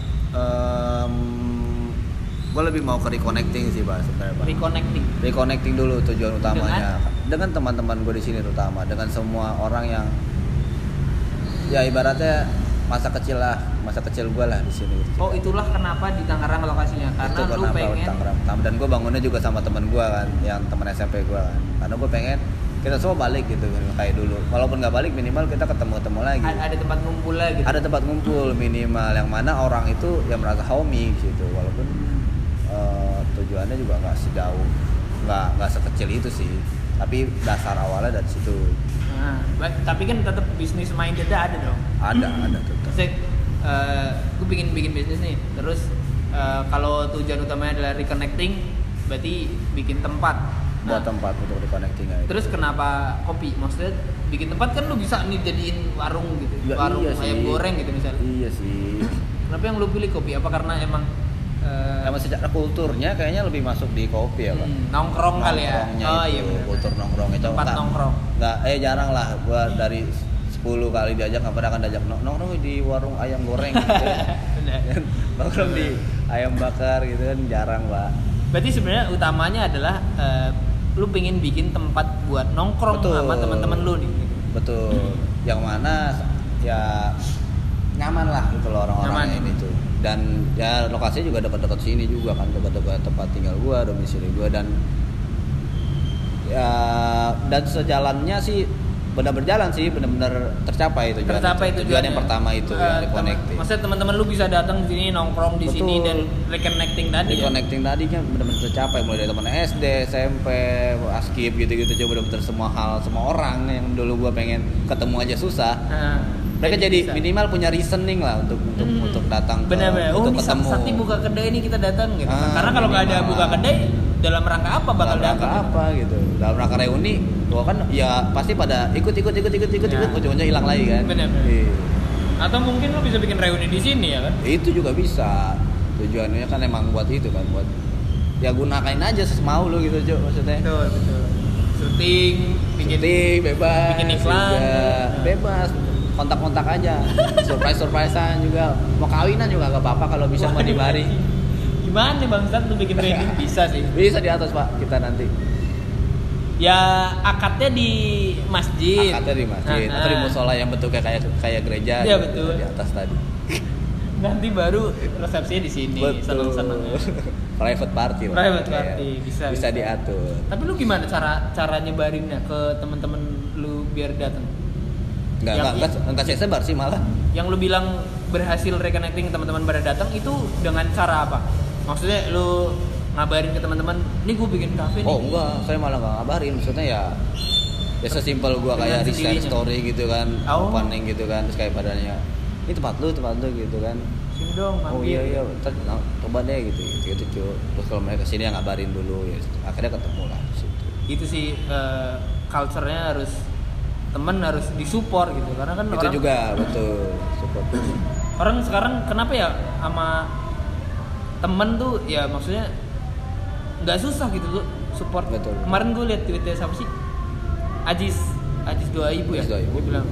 B: gue lebih mau ke reconnecting sih pak sebenarnya pak.
A: Reconnecting.
B: Reconnecting dulu tujuan utamanya dengan teman-teman gue di sini terutama dengan semua orang yang ya ibaratnya masa kecil lah masa kecil gue lah di sini.
A: Oh itulah kenapa di Tangerang lokasinya, karena
B: Itu
A: lu
B: kenapa
A: pengen
B: Tangerang. Dan gue bangunnya juga sama teman gue kan, yang teman S M P gue kan. Karena gue pengen kita semua balik gitu kayak dulu. Walaupun nggak balik minimal kita ketemu-ketemu lagi.
A: a- ada tempat ngumpul lah gitu.
B: Ada tempat ngumpul minimal yang mana orang itu yang merasa homey gitu. Walaupun eh, tujuannya juga nggak sejauh, nggak nggak sekecil itu sih. Tapi dasar awalnya dari situ.
A: Nah, ba- tapi kan tetap bisnis mindednya ada dong.
B: Ada ada tuh.
A: Maksudnya, uh, gue bikin bikin bisnis nih, terus uh, kalau tujuan utamanya adalah reconnecting, berarti bikin tempat.
B: Buat
A: Nah,
B: tempat untuk reconnecting aja.
A: terus kenapa kopi? Maksudnya bikin tempat kan lu bisa nih jadiin warung gitu,
B: Ya,
A: warung
B: iya
A: ayam
B: sih.
A: goreng gitu misalnya.
B: Iya sih.
A: Kenapa yang lu pilih kopi? Apa karena emang uh,
B: Sama secara kulturnya kayaknya lebih masuk di kopi ya pak.
A: hmm, nongkrong kali ya?
B: Nongkrongnya
A: Oh
B: itu,
A: iya bener.
B: kultur nongkrong itu
A: Tempat
B: nggak-
A: nongkrong.
B: nggak eh jarang lah gua dari sepuluh kali diajak nggak pernah akan diajak "Nong- nongkrong di warung ayam goreng gitu.
A: Bener.
B: Nongkrong di ayam bakar gitu kan jarang pak.
A: Berarti sebenarnya utamanya adalah uh, lu pengen bikin tempat buat nongkrong
B: Betul.
A: sama teman-teman lu nih.
B: Betul. Yang mana ya nyaman lah gitu loh orang-orang
A: Nyaman.
B: ini tuh. Dan ya lokasinya juga dekat-dekat sini juga kan, dekat-dekat tempat tinggal gua, domisili gua dan ya dan sejalannya sih benar berjalan sih, benar-benar tercapai tujuan.
A: Tercapai
B: itu.
A: tujuan
B: Tujuan yang pertama itu uh, ya, reconnecting.
A: Maksudnya teman-teman lu bisa datang di sini nongkrong di
B: Betul.
A: sini dan reconnecting tadi.
B: Reconnecting
A: ya?
B: tadi kan benar-benar tercapai, mulai dari teman S D, S M P, askip gitu-gitu, coba benar-benar semua hal, semua orang yang dulu gua pengen ketemu aja susah. Uh, mereka jadi bisa. Minimal punya reasoning lah untuk untuk hmm. untuk datang ke
A: benar-benar. Oh,
B: untuk ketemu.
A: Sakti buka kedai ini kita datang gitu.
B: Ah,
A: karena kalau nggak ada buka kedai dalam rangka apa bakal
B: dalam rangka
A: datang?
B: apa gitu. Dalam rangka reuni, gua kan ya pasti pada ikut ikut ikut ikut ikut
A: ya.
B: ikut ujung-ujungnya hilang lagi kan.
A: Benar-benar. Iya. Atau mungkin lo bisa bikin reuni di sini ya kan?
B: Itu juga bisa. Tujuannya kan emang buat itu kan, buat ya gunain aja semau lo gitu, Jo, maksudnya.
A: Betul, betul. Syuting, bikin
B: syuting bebas.
A: Bikin iklan.
B: Juga. Bebas. Kontak-kontak aja. Surprise-surprisean juga. Mau kawinan juga gak apa-apa kalau bisa mau di mari.
A: Gimana nih Bang Stan tuh bikin reuni? Bisa sih.
B: Bisa di atas, Pak, kita nanti.
A: Ya akadnya di masjid.
B: Akadnya di masjid. Nah, atau di musola yang bentuknya kayak kayak gereja.
A: Iya, betul.
B: Di atas tadi.
A: Nanti baru resepsinya di sini, seneng-seneng.
B: Private party lah.
A: Private party, ya. bisa,
B: bisa. Bisa diatur.
A: Tapi lu gimana cara cara nyebarinnya ke teman-teman lu biar datang?
B: Enggak, enggak, enggak, enggak saya sebar sih malah.
A: Yang lu bilang berhasil reconnecting teman-teman pada datang itu dengan cara apa? Maksudnya lu ngabarin ke teman-teman, "Nih gue bikin kafe nih."
B: Oh, enggak, saya malah enggak ngabarin. Maksudnya ya ya sesimpel gua kayak share story gitu kan, oh. opening gitu kan, terus kayak padanya, "Ini tempat lu, tempat lu" gitu kan.
A: Sini dong, mampir.
B: Oh iya iya, ntar nah, coba deh gitu gitu gitu cuy. Terus kalau mereka kesini ya ngabarin dulu ya, akhirnya ketemu lah di situ.
A: Itu sih uh, culture-nya harus teman harus disupport gitu karena kan
B: itu
A: orang
B: juga betul support.
A: Orang sekarang kenapa ya sama temen tuh ya maksudnya nggak susah gitu tuh support.
B: Betul.
A: Kemarin gue liat tweetnya siapa sih? Ajis Ajis Doa Ibu ya.
B: Ajis Doa Ibu.
A: Gue bilang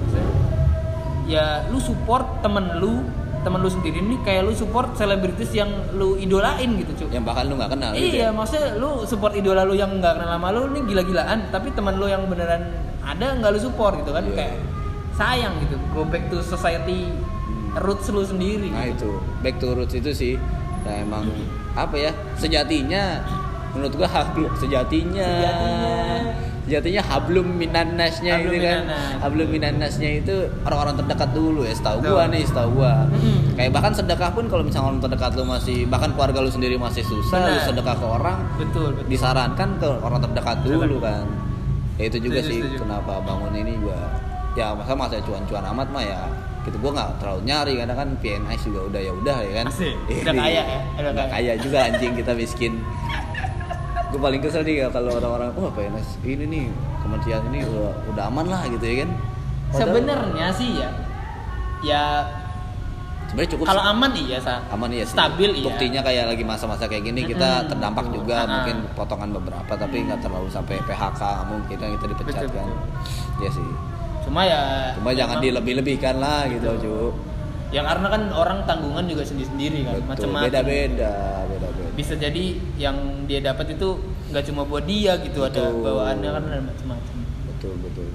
A: ya lu support temen lu temen lu sendiri nih kayak lu support selebritis yang lu idolain gitu cuy.
B: Yang bahkan lu nggak kenal.
A: Iya,
B: gitu ya?
A: Maksudnya lu support idola lu yang nggak kenal sama lu nih gila-gilaan, tapi teman lu yang beneran ada nggak lu support gitu kan, yeah. Kayak sayang gitu. Go back to society roots lu sendiri.
B: Nah
A: gitu.
B: itu back to roots itu sih, ya emang hmm. apa ya sejatinya menurut gua hablum sejatinya. Sejatinya. Sejatinya hablum minannasnya itu kan, hablum minannasnya itu orang-orang terdekat dulu ya, setahu gua nih, setahu gua. Mm-hmm. Kayak bahkan sedekah pun kalau misalnya orang terdekat lu masih, bahkan keluarga lu sendiri masih susah, benar. Lu sedekah ke orang,
A: betul, betul.
B: Disarankan ke orang terdekat dulu kan. Ya itu juga
A: setuju,
B: sih
A: setuju.
B: Kenapa bangun ini juga. Ya masa masa cuan-cuan amat mah ya. Gitu gua nggak terlalu nyari karena kan P N S juga udah ya udah ya kan.
A: Asik. Udah kaya ya.
B: Udah, udah kaya juga anjing kita miskin. Gue paling kesel nih kalau orang-orang wah P N S ini nih kementerian ini udah, udah aman lah gitu ya kan.
A: Sebenarnya sih ya ya
B: sebenarnya cukup
A: kalau aman iya sa
B: aman iya sih.
A: Stabil iya.
B: Buktinya kayak lagi masa-masa kayak gini kita
A: hmm,
B: terdampak
A: betul.
B: juga,
A: uh-huh.
B: mungkin potongan beberapa tapi nggak terlalu sampai P H K, mungkin kita dipecat betul, kan. Iya sih.
A: Cuma ya
B: Cuma jangan dilebih-lebihkan lah gitu, Cu.
A: Ya karena kan orang tanggungan juga sendiri-sendiri kan, macam-macam.
B: Beda-beda, beda-beda.
A: Bisa jadi yang dia dapat itu nggak cuma buat dia gitu, betul. Ada bawaannya kan ada macam-macam.
B: Betul, betul.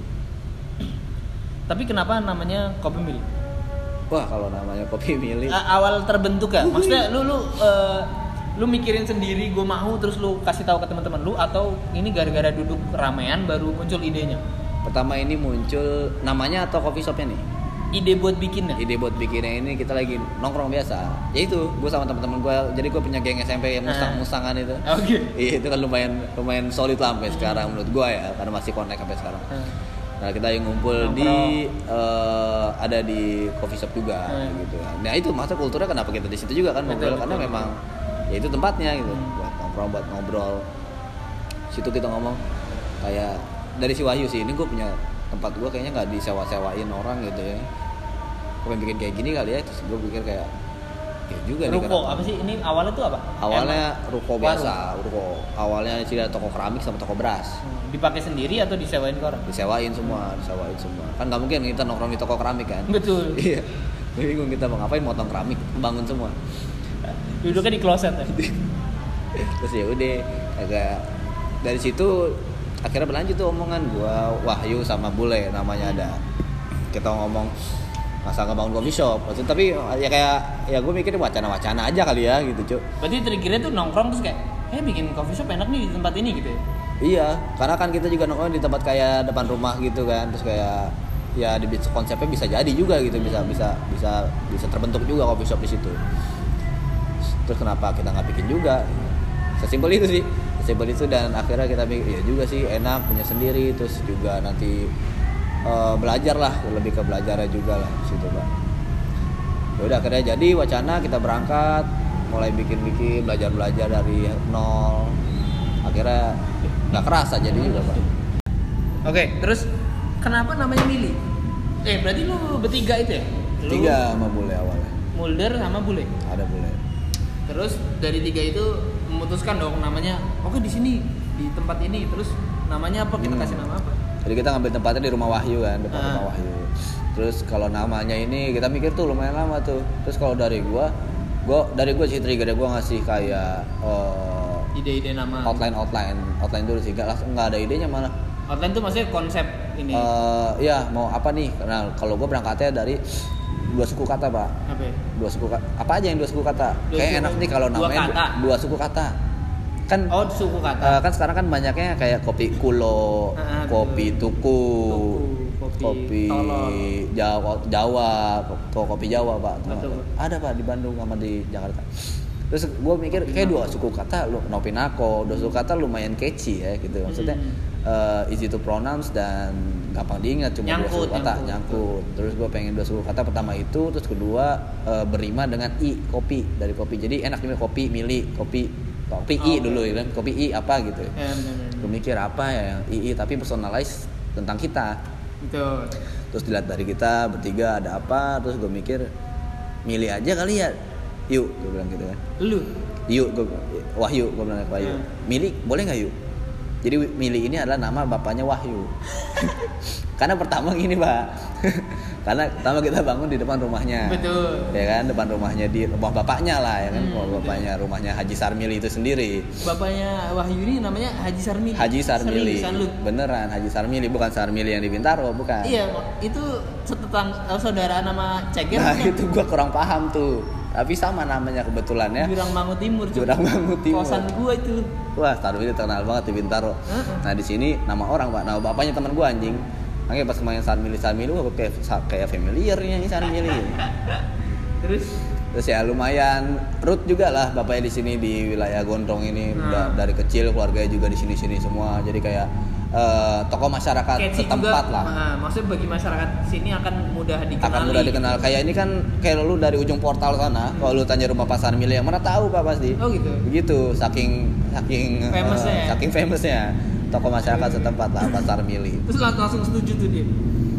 A: Tapi kenapa namanya Kopi Mili?
B: Wah, kalau namanya Kopi Mili.
A: A- awal terbentuk ya? Maksudnya lu lu uh, lu mikirin sendiri gue mau terus lu kasih tahu ke teman-teman lu atau ini gara-gara duduk ramean baru muncul idenya?
B: Pertama ini muncul namanya atau coffee shopnya nih?
A: Ide buat bikinnya? Ide
B: buat bikinnya ini kita lagi nongkrong biasa. Ya itu, gue sama teman-teman gue. Jadi gue punya geng S M P yang mustang-mustangan itu.
A: Oke. Okay.
B: Iya itu kan lumayan lumayan solid lah sampai sekarang menurut gue ya, karena masih connect sampai sekarang. Hmm. Nah kita yang ngumpul nongkrong. di uh, ada di coffee shop juga hmm. gitu. Nah itu masa kulturnya kenapa kita di situ juga kan ngobrol karena memang ya itu tempatnya gitu hmm. buat nongkrong buat ngobrol. Situ kita ngomong kayak dari si Wahyu sih ini gue punya tempat gue kayaknya nggak disewa-sewain orang gitu ya. Gue bikin kayak gini kali ya, terus gue pikir kayak ya juga
A: ruko nih, apa sih ini awalnya tuh apa?
B: Awalnya Emang? ruko biasa, Warung. ruko. Awalnya sih ada toko keramik sama toko beras.
A: Hmm. Dipakai sendiri atau disewain ke orang?
B: Disewain semua, disewain semua. Kan nggak mungkin kita nongkrong di toko keramik kan?
A: Betul.
B: Iya. Bingung kita mau ngapain, motong keramik, bangun semua.
A: Duduknya di kloset ya.
B: Terus ya udah, agak dari situ akhirnya berlanjut tuh omongan gua Wahyu sama Bule namanya ada. Kita ngomong masa ngebangun coffee shop. Maksudnya, tapi ya kayak ya gue mikirnya wacana-wacana aja kali ya gitu, Cuk.
A: Berarti triggernya tuh nongkrong terus kayak, "Eh bikin coffee shop enak nih di tempat ini" gitu ya.
B: Iya, karena kan kita juga nongkrong di tempat kayak depan rumah gitu kan, terus kayak ya di konsepnya bisa jadi juga gitu, bisa bisa bisa bisa terbentuk juga coffee shop di situ. Terus kenapa kita nggak bikin juga? Sesimpel itu sih, sesimpel itu dan akhirnya kita bikin, ya juga sih enak punya sendiri, terus juga nanti uh, belajar lah, lebih ke belajarnya juga lah di situ Pak. Ya udah akhirnya jadi wacana, kita berangkat, mulai bikin-bikin, belajar-belajar dari nol, akhirnya nggak kerasa jadi juga Pak.
A: Oke, terus kenapa namanya Mili? Eh berarti lu bertiga itu ya? Lu,
B: Tiga sama Bule awalnya.
A: Mulder sama Bule.
B: Ada Bule.
A: Terus dari tiga itu memutuskan dong namanya, oke di sini di tempat ini, terus namanya apa, kita
B: Hmm.
A: kasih nama apa?
B: Jadi kita ngambil tempatnya di rumah Wahyu kan, depan
A: Ah.
B: rumah Wahyu. Terus kalau namanya ini kita mikir tuh lumayan lama tuh. Terus kalau dari gua, gua dari gua sih trigger gua ngasih kayak uh,
A: Ide-ide nama.
B: outline outline outline dulu sih, nggak langsung nggak ada idenya malah.
A: Outline tuh maksudnya konsep ini.
B: Uh, ya mau apa nih? Nah kalau gua berangkatnya dari dua suku kata Pak.
A: Apa ya?
B: Dua suku kata. Apa aja yang dua suku kata?
A: Dua
B: Kayak
A: suku-
B: enak nih kalau
A: dua
B: namanya
A: kata.
B: dua suku kata. Kan
A: Oh suku kata.
B: Uh, kan sekarang kan banyaknya kayak kopi kulo,
A: Ah,
B: kopi
A: betul.
B: tuku,
A: Tuku, kopi
B: kopi
A: tolol.
B: Jawa, Jawa, ko- kopi Jawa Pak.
A: Betul.
B: Ada Pak di Bandung sama di Jakarta. Terus gue mikir kayak dua suku kata, lu Nopinako, dua suku kata lumayan catchy ya gitu. Maksudnya
A: Hmm.
B: uh, easy to pronounce dan gampang diingat, cuma
A: Nyangkut,
B: dua suku kata,
A: nyangkut.
B: nyangkut. Terus gue pengen dua suku kata, pertama itu, terus kedua uh, berima dengan i, kopi, dari kopi. Jadi enak juga kopi, Mili, kopi, kopi i
A: Oh,
B: dulu ya kan, kopi i apa gitu.
A: Ya, bener-bener.
B: Gue mikir apa ya yang i i tapi personalize tentang kita.
A: Betul.
B: Terus dilihat dari kita bertiga ada apa, terus gue mikir milih aja kali ya, yuk gue bilang gitu kan.
A: Lu.
B: Yuk gue Wahyu, gue bilang ke Wahyu,
A: Hmm.
B: milih boleh nggak yuk. Jadi Mili ini adalah nama bapaknya Wahyu. Karena pertama gini Pak, karena pertama kita bangun di depan rumahnya.
A: Betul.
B: Ya kan, depan rumahnya di rumah bapaknya lah ya kan,
A: Hmm,
B: rumah
A: betul.
B: bapaknya, rumahnya Haji Sarmili itu sendiri.
A: Bapaknya Wahyu ini namanya Haji Sarmili.
B: Haji Sarmili,
A: Salut.
B: beneran Haji Sarmili, bukan Sarmili yang di Bintaro, bukan.
A: Iya, itu setetang eh, saudara nama Ceger.
B: Nah
A: kan?
B: itu gua kurang paham tuh, tapi sama namanya kebetulan ya.
A: Jurang Mangu Timur. Cuk.
B: Jurang Mangu Timur.
A: Kosan gua itu.
B: Wah, Sarmili terkenal banget di Bintaro.
A: Heeh.
B: Nah di sini nama orang Pak, nama bapaknya teman gua anjing. Makanya pas main Sarmili Sarmili gua kayak kayak familiarnya nih Sarmili.
A: Terus
B: Terus ya lumayan root juga lah bapaknya di sini di wilayah Gondrong ini.
A: Hmm.
B: Da- dari kecil keluarganya juga di sini-sini semua. Jadi kayak eh, tokoh masyarakat
A: catchy
B: setempat
A: juga,
B: lah.
A: nah, maksudnya bagi masyarakat sini akan mudah dikenali.
B: Akan mudah dikenal. Kayak ini kan kayak lu dari ujung portal sana, kalau lu tanya rumah Pak Sarmili yang mana tahu Pak pasti.
A: Oh gitu.
B: Begitu, saking saking
A: Famousnya
B: eh,
A: ya?
B: saking famousnya tokoh masyarakat setempat lah Pak Sarmili.
A: Terus lang- langsung setuju tuh dia.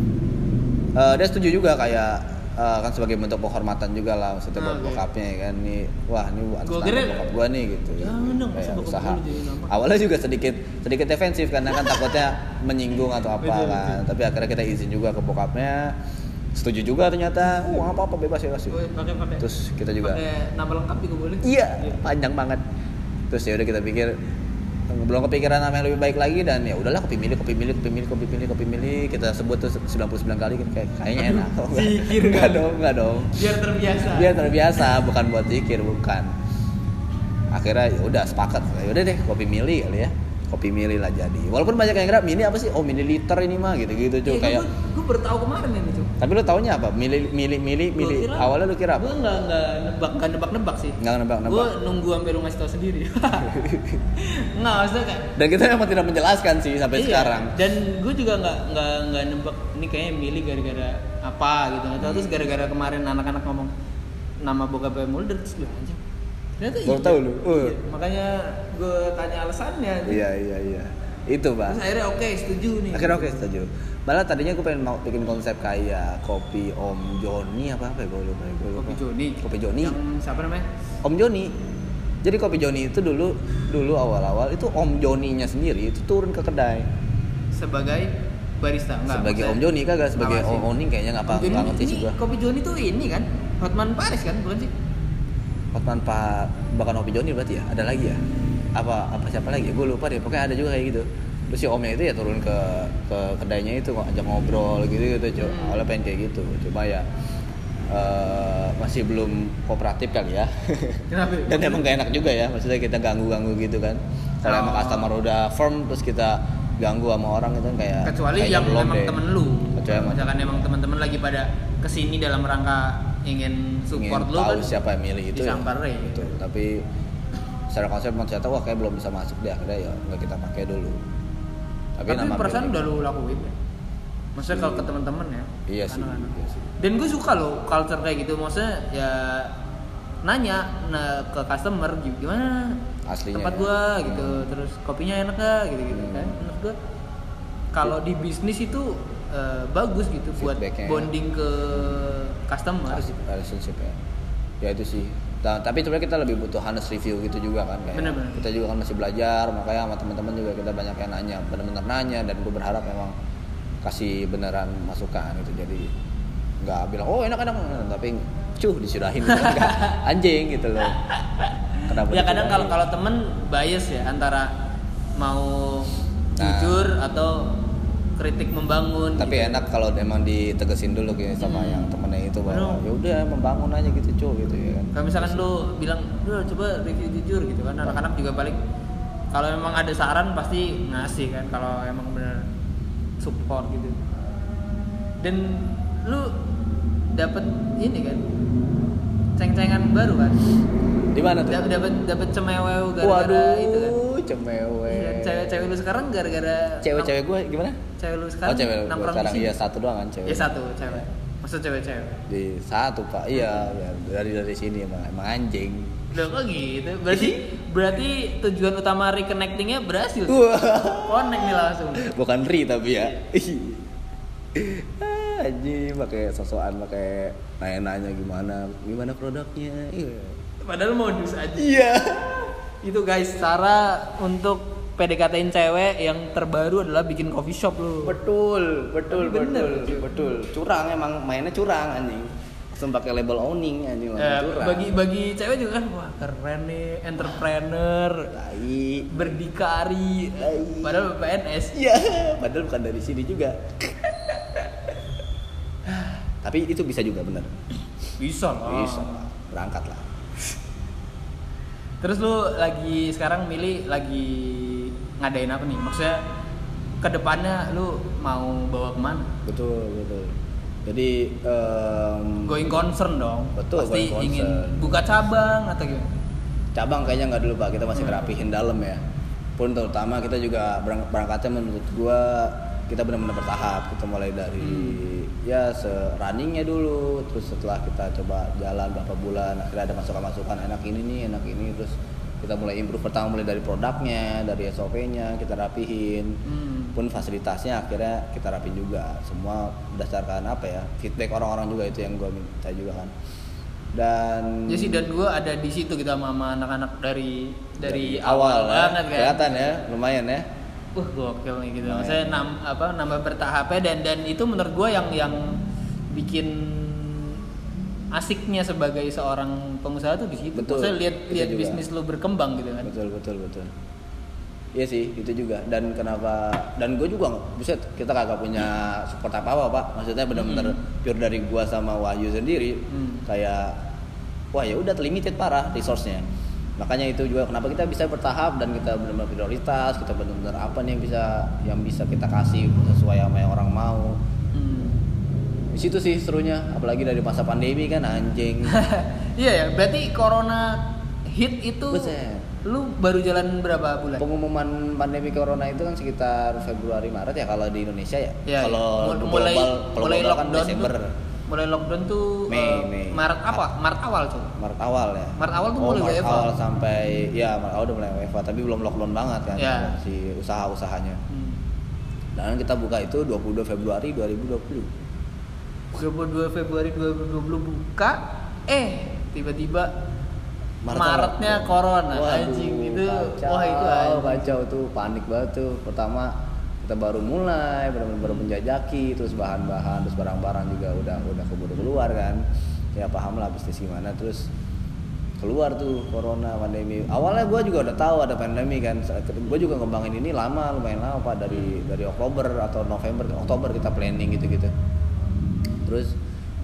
B: Eh, dia setuju juga kayak eh, kan sebagai bentuk penghormatan juga lah maksudnya buat
A: Ah, oke.
B: bokapnya ya kan nih, wah ini atas
A: Gua
B: nama
A: kira-
B: bokap gua nih gitu.
A: Jangan dong, masa
B: Kayak
A: bokap
B: usaha.
A: gua jadi nama.
B: Awalnya juga sedikit sedikit defensif karena kan takutnya menyinggung atau apa
A: Betul,
B: kan. Tapi akhirnya kita izin juga ke bokapnya. Setuju juga ternyata. Oh, apa apa bebas bebas.
A: Gue pakai pakai.
B: Terus kita juga
A: pakai nama lengkap juga boleh.
B: iya, panjang banget. Terus ya udah kita pikir belum kepikiran nama yang lebih baik lagi dan ya udahlah kopi milih kopi milih kopi milih kopi milih kopi milih kita sebut tuh sembilan puluh sembilan kali kan kayak kayaknya enak.
A: Zikir
B: Enggak
A: kan?
B: dong, enggak dong.
A: Biar terbiasa.
B: Biar terbiasa, bukan buat zikir, bukan. Akhirnya ya udah sepakat. Ya udah deh kopi milih kali ya. Kopi milih lah jadi. Walaupun banyak yang kira mili apa sih? Oh, mililiter ini mah gitu-gitu cuy
A: Iya,
B: kayak.
A: gue, gue baru tahu kemarin ini tuh.
B: Tapi lu taunya apa? Milih milih milih
A: Gua
B: milih.
A: kira-
B: Awalnya lu kira
A: Gue
B: apa?
A: nggak nggak nebak nggak nebak nebak sih.
B: Enggak nebak-nebak.
A: Gue nunggu sampai lu ngasih tau sendiri. Nggak maksudnya kayak.
B: Dan kita memang tidak menjelaskan sih sampai
A: Iya,
B: sekarang.
A: Dan gue juga nggak nggak nggak nebak ini kayaknya milih gara-gara apa gitu. Nggak tahu terus gara-gara kemarin anak-anak ngomong nama bokapnya Mulder terus gue anjing. Ternyata
B: Baru
A: iya.
B: tahu lu?
A: Iya.
B: Uh.
A: Makanya gue tanya alasannya.
B: Iya iya iya. Itu Pak.
A: Terus akhirnya oke setuju nih.
B: Akhirnya oke setuju. Malah tadinya gue pengen mau bikin konsep kayak kopi Om Joni apa apa ya gue lupa. Gue lupa.
A: Kopi Joni.
B: Kopi Joni.
A: Yang siapa namanya?
B: Om Joni. Jadi kopi Joni itu dulu dulu awal-awal itu Om Joninya sendiri itu turun ke kedai
A: Sebagai barista enggak?
B: sebagai Om
A: maksudnya-
B: Joni kagak sebagai
A: Nggak
B: Om
A: sih.
B: Oning kayaknya nggak apa
A: Om Joni
B: nggak ngerti
A: ini-
B: sih gua.
A: Kopi Joni tuh ini kan Hotman Paris kan bukan sih?
B: Hotman Pak bahkan Kopi Joni berarti ya ada lagi ya apa apa siapa lagi gue lupa deh pokoknya ada juga kayak gitu. Terus si omnya itu ya turun ke ke kedainya itu kok ajak ngobrol gitu gitu cuy.
A: Hmm.
B: Awalnya pengen kayak gitu cuma ya uh, masih belum kooperatif kali ya.
A: Kenapa?
B: Dan emang gak enak juga ya, maksudnya kita ganggu-ganggu gitu kan. Kalau oh. emang customer udah firm terus kita ganggu sama orang itu kan kayak
A: kecuali
B: kayak
A: yang memang
B: deh.
A: temen lu.
B: Kecuali
A: misalkan emang teman-teman lagi pada kesini dalam rangka ingin support
B: ingin
A: lu
B: tahu
A: kan
B: siapa yang milih itu
A: disamperin.
B: Ya, gitu. Tapi secara konsep ternyata wah kayak belum bisa masuk deh, akhirnya ya nggak kita pakai dulu. Tapi,
A: Tapi perasaan udah lu lakuin ya? Maksudnya kalau ke teman-teman ya?
B: Iya sih, iya sih.
A: Dan gue suka loh culture kayak gitu, maksudnya ya nanya nah, ke customer gimana
B: aslinya
A: tempat
B: ya.
A: gua gitu, hmm. terus kopinya enak gak gitu-gitu hmm. kan. Menurut gua kalau di bisnis itu uh, bagus gitu buat bonding ke customer.
B: Relationship ya. Ya itu sih. Nah, tapi sebenarnya kita lebih butuh honest review gitu juga kan kayak.
A: Bener-bener.
B: Kita juga kan masih belajar, makanya sama teman-teman juga kita banyak yang nanya, benar-benar nanya dan gue berharap memang kasih beneran masukan gitu. Jadi nggak bilang oh enak-enak tapi cuh disurahin gitu kan anjing gitu loh. Kenapa
A: ya kadang kalau kalau temen bias ya antara mau nah, jujur atau kritik membangun.
B: Tapi
A: gitu.
B: enak kalau emang ditegesin dulu gitu sama hmm. yang temennya itu bahwa ya udah membangun aja gitu cuy gitu ya kan.
A: Kalau misalkan lu bilang, "Duh, coba review jujur" gitu kan. Anak-anak juga paling kalau memang ada saran pasti ngasih kan kalau emang benar support gitu. Dan lu dapat ini kan ceng-cengan baru kan?
B: Di mana tuh?
A: Dapat dapat cemewew gara-gara
B: Waduh,
A: itu kan.
B: Cemewew.
A: Iya, cewek-cewek lu sekarang gara-gara
B: cewek-cewek gue gimana?
A: Cewek lu sekarang
B: oh, cewek
A: nongkrong
B: sekarang
A: di sini.
B: Iya, satu doang kan cewek.
A: Iya, satu cewek. Maksud cewek-cewek.
B: Di satu, Pak. Iya, ya dari dari sini emang emang anjing.
A: Loh kok gitu? Berarti berarti tujuan utama reconnecting-nya berhasil. Connect nih langsung.
B: Bukan re tapi ya. Anjing pakai sosokan pakai nanya-nanya gimana gimana produknya. Iya.
A: Padahal modus aja.
B: Iya.
A: Itu guys, cara untuk P D K T-in cewek yang terbaru adalah bikin coffee shop lu.
B: Betul, betul,
A: Tapi bener,
B: betul, betul, betul. Curang emang mainnya curang anjing. Langsung pakai label owning anjing
A: eh,
B: curang.
A: Bagi bagi cewek juga kan wah keren nih, entrepreneur,
B: tai,
A: berdikari. Tai. Padahal P N S.
B: Iya, padahal bukan dari sini juga. Tapi itu bisa juga bener.
A: Bisa lah.
B: Bisa lah. Berangkat lah.
A: Terus lu lagi sekarang milih lagi ngadain apa nih? Maksudnya kedepannya lu mau bawa kemana?
B: Betul, betul. Jadi um,
A: going concern dong.
B: Betul.
A: Pasti ingin buka cabang atau gimana?
B: Cabang kayaknya nggak dulu Pak. Kita masih
A: hmm.
B: ngerapihin dalam ya. Pun terutama kita juga berangkatnya menurut gua kita benar-benar bertahap. Kita mulai dari hmm. ya se-runningnya dulu, terus setelah kita coba jalan beberapa bulan, akhirnya ada masukan-masukan enak ini nih, enak ini, terus kita mulai improve. Pertama mulai dari produknya, dari S O P-nya kita rapihin, hmm. pun fasilitasnya akhirnya kita rapihin juga. Semua berdasarkan apa ya, feedback orang-orang juga itu yang gue minta juga kan. Dan
A: ya sih, dan gue ada di situ kita sama anak-anak dari dari,
B: dari awal, awal
A: banget kan.
B: Kelihatan ya, lumayan ya.
A: Uh, gokil nih gitu. Maksudnya nam, apa nambah bertahapnya dan dan itu menurut gue yang yang bikin asiknya sebagai seorang pengusaha tuh di situ. Maksudnya lihat lihat bisnis lu berkembang gitu kan.
B: Betul betul betul. Iya sih, itu juga. Dan kenapa dan gue juga buset, kita kagak punya support apa-apa, Pak. Maksudnya benar-benar hmm. pure dari gua sama Wahyu sendiri. Hmm. Kayak wah ya udah limited parah resource-nya. Makanya itu juga kenapa kita bisa bertahap dan kita benar-benar prioritas, kita benar-benar apa nih yang bisa yang bisa kita kasih sesuai sama yang orang mau. Hmm. Di situ sih serunya, apalagi dari masa pandemi kan anjing.
A: Iya ya, berarti corona hit itu
B: Buset.
A: Lu baru jalan berapa bulan?
B: Pengumuman pandemi corona itu kan sekitar Februari Maret ya kalau di Indonesia ya.
A: ya
B: kalau
A: ya.
B: global,
A: mulai
B: kalau
A: mulai
B: global
A: lockdown
B: kan Desember.
A: Tuh, mulai lockdown tuh
B: Mei,
A: uh,
B: Mei.
A: Maret apa? Maret awal tuh.
B: Maret awal ya.
A: Maret awal tuh
B: oh,
A: mulai
B: Maret
A: W F H.
B: awal sampai ya Maret awal udah mulai W F H tapi belum lockdown banget kan
A: ya.
B: si usaha-usahanya. Hmm. Dan kita buka itu dua puluh dua Februari dua ribu dua puluh.
A: dua puluh dua Februari dua ribu dua puluh buka, eh tiba-tiba Maret Maretnya corona. Waduh, anjing itu
B: kacau,
A: wah itu anjing.
B: Kacau tuh, panik banget tuh. Pertama kita baru mulai, benar-benar baru menjajaki, terus bahan-bahan, terus barang-barang juga udah udah keburu keluar kan. Ya paham lah bisnis gimana, terus keluar tuh corona pandemi. Awalnya gue juga udah tahu ada pandemi kan. Gue juga ngembangin ini lama, lumayan lama Pak, dari dari Oktober atau November, Oktober kita planning gitu-gitu. Terus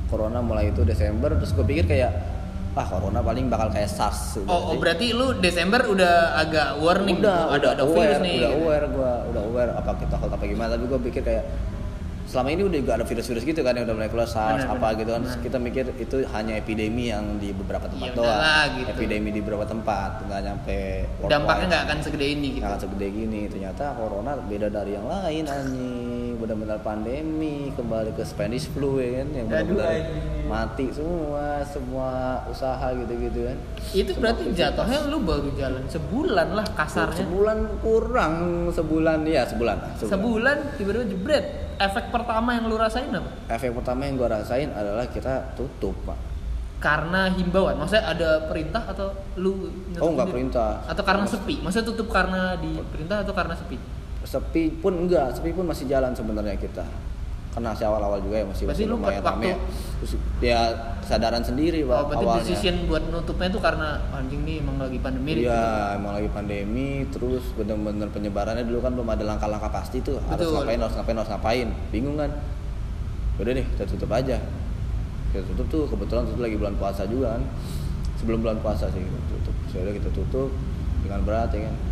B: corona mulai itu Desember, terus gue pikir kayak ah corona paling bakal kayak SARS.
A: Oh, oh berarti lu Desember udah agak warning,
B: udah,
A: ada
B: udah
A: ada
B: aware,
A: virus nih.
B: udah
A: gitu.
B: aware gue, udah aware apa kita takut apa gimana, tapi gue pikir kayak selama ini udah juga ada virus-virus gitu kan yang udah mulai keluar SARS bener, apa bener, gitu kan. Bener. Kita mikir itu hanya epidemi yang di beberapa tempat ya, doang. Lah, gitu. Epidemi di beberapa tempat, nggak nyampe
A: dampaknya nggak akan segede ini gitu.
B: Nggak akan segede gini. Ternyata corona beda dari yang lain anjing. Benar-benar pandemi, kembali ke Spanish flu ya kan, yang benar-benar mati semua, semua usaha gitu-gitu kan.
A: Itu berarti jatuhnya lu baru jalan sebulan lah kasarnya.
B: Sebulan kurang, sebulan ya sebulan.
A: Sebulan, sebulan tiba-tiba jebret. Efek pertama yang lu rasain apa?
B: Efek pertama yang gua rasain adalah kita tutup, Pak.
A: Karena himbauan, maksudnya ada perintah atau lu?
B: Oh nggak perintah.
A: Atau karena sepi? Maksudnya tutup karena di perintah atau karena sepi?
B: Sepi pun enggak, sepi pun masih jalan sebenarnya kita. Karena masih awal-awal juga ya masih, masih lumayan ramai. Terus ya kesadaran sendiri Pak.
A: Oh, berarti awalnya decision buat nutupnya itu karena anjing nih emang lagi pandemi.
B: Iya, gitu. Emang lagi pandemi, terus bener-bener penyebarannya dulu kan belum ada langkah-langkah pasti tuh. Betul. Harus ngapain, harus ngapain, harus ngapain. Bingung kan? Udah deh, kita tutup aja. Kita tutup tuh, kebetulan itu lagi bulan puasa juga kan. Sebelum bulan puasa sih kita tutup. Sudah kita tutup dengan berat ya kan.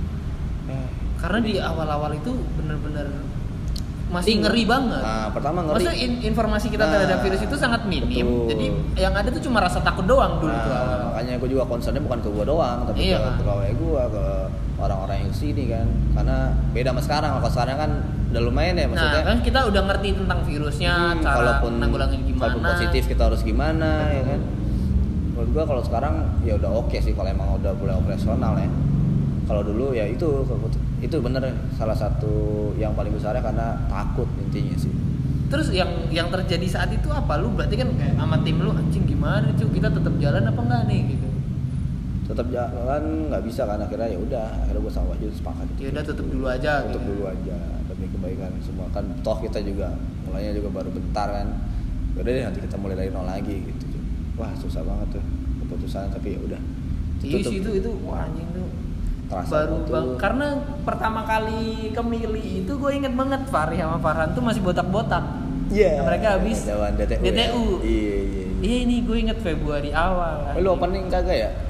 A: Eh. Karena di awal-awal itu benar-benar masih ngeri banget.
B: Nah, pertama ngeri.
A: Maksudnya in- informasi kita nah, terhadap virus itu sangat minim.
B: Betul.
A: Jadi yang ada tuh cuma rasa takut doang dulu
B: nah,
A: tuh awal.
B: Makanya gue juga concernnya bukan ke gue doang, tapi
A: iya,
B: ke
A: kan?
B: pegawai gue, ke orang-orang yang sini kan. Karena beda sama sekarang. Kalau sekarang kan udah lumayan ya maksudnya.
A: Nah, kan kita udah ngerti tentang virusnya, hmm, cara
B: kalaupun
A: nanggulanginnya gimana.
B: Kalaupun positif kita harus gimana, betul. Ya kan. Menurut gue kalau sekarang ya udah oke okay sih kalau emang udah boleh operasional ya. Kalau dulu ya itu itu bener salah satu yang paling besarnya karena takut intinya sih.
A: Terus yang yang terjadi saat itu apa? Lu berarti kan kayak sama tim lu anjing gimana cuy, kita tetap jalan apa enggak nih gitu.
B: Tetap jalan nggak bisa kan akhirnya ya udah akhirnya gue sama Wahyu sepakat gitu.
A: Ya udah tutup dulu aja.
B: Tutup gitu. Dulu aja demi kebaikan semua kan toh kita juga mulainya juga baru bentar kan. Udah deh nanti kita mulai dari nol lagi gitu. Wah susah banget tuh keputusannya tapi ya udah.
A: Iya sih itu itu wah anjing tuh.
B: Terasa
A: baru bang, karena pertama kali ke Mili itu gue inget banget Fahri sama Farhan tuh masih botak-botak.
B: Iya. Yeah.
A: Mereka habis
B: D T U.
A: D T U.
B: Ya? Iya iya.
A: Iya ini gue inget Februari awal.
B: Oh, lu opening kagak ya?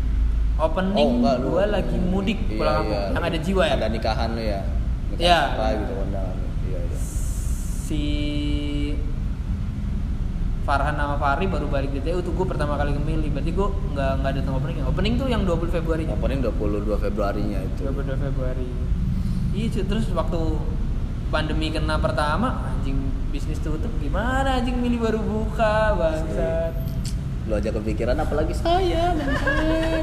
A: Opening oh, gue lagi mudik
B: iya,
A: pulang
B: iya,
A: yang ada jiwa ya.
B: Ada nikahan lu ya. Nikahan
A: ya.
B: Apa gitu kondangan lu. Iya iya.
A: Si Farhan sama Fahri baru balik D T U tuh gue pertama kali ke Mili. Berarti gue nggak nggak datang opening. Opening tuh yang dua puluh Februari.
B: Opening dua puluh dua Februarinya itu.
A: dua puluh dua Februari. Iya cuy, terus waktu pandemi kena pertama anjing bisnis tutup gimana anjing Mili baru buka bangsat.
B: Lu aja kepikiran apalagi saya bangsat.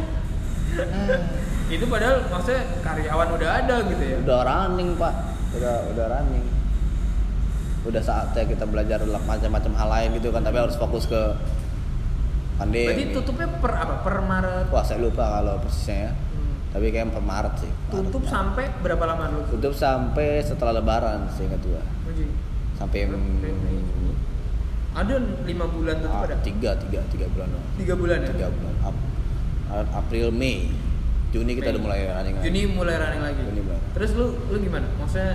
A: Itu padahal maksudnya karyawan udah ada gitu ya.
B: Udah running, Pak. Udah udah running. Udah saatnya kita belajar macam-macam hal lain gitu kan, tapi harus fokus ke pandemi.
A: Berarti tutupnya per apa? Per Maret.
B: Wah, saya lupa kalau persisnya ya. Hmm. Tapi kayak per Maret sih.
A: Tutup Maret. Sampai berapa lama lu?
B: Tutup sampai setelah lebaran seingat gua.
A: Uji.
B: Sampai
A: hmm, ada lima bulan tutup
B: ah,
A: ada?
B: Tiga, tiga, tiga bulan doang.
A: Tiga bulan ya?
B: Tiga bulan. Ap- April, Mei, Juni kita Mei. Udah mulai running lagi.
A: Juni mulai running lagi. Juni mulai. Terus lu lu gimana? Maksudnya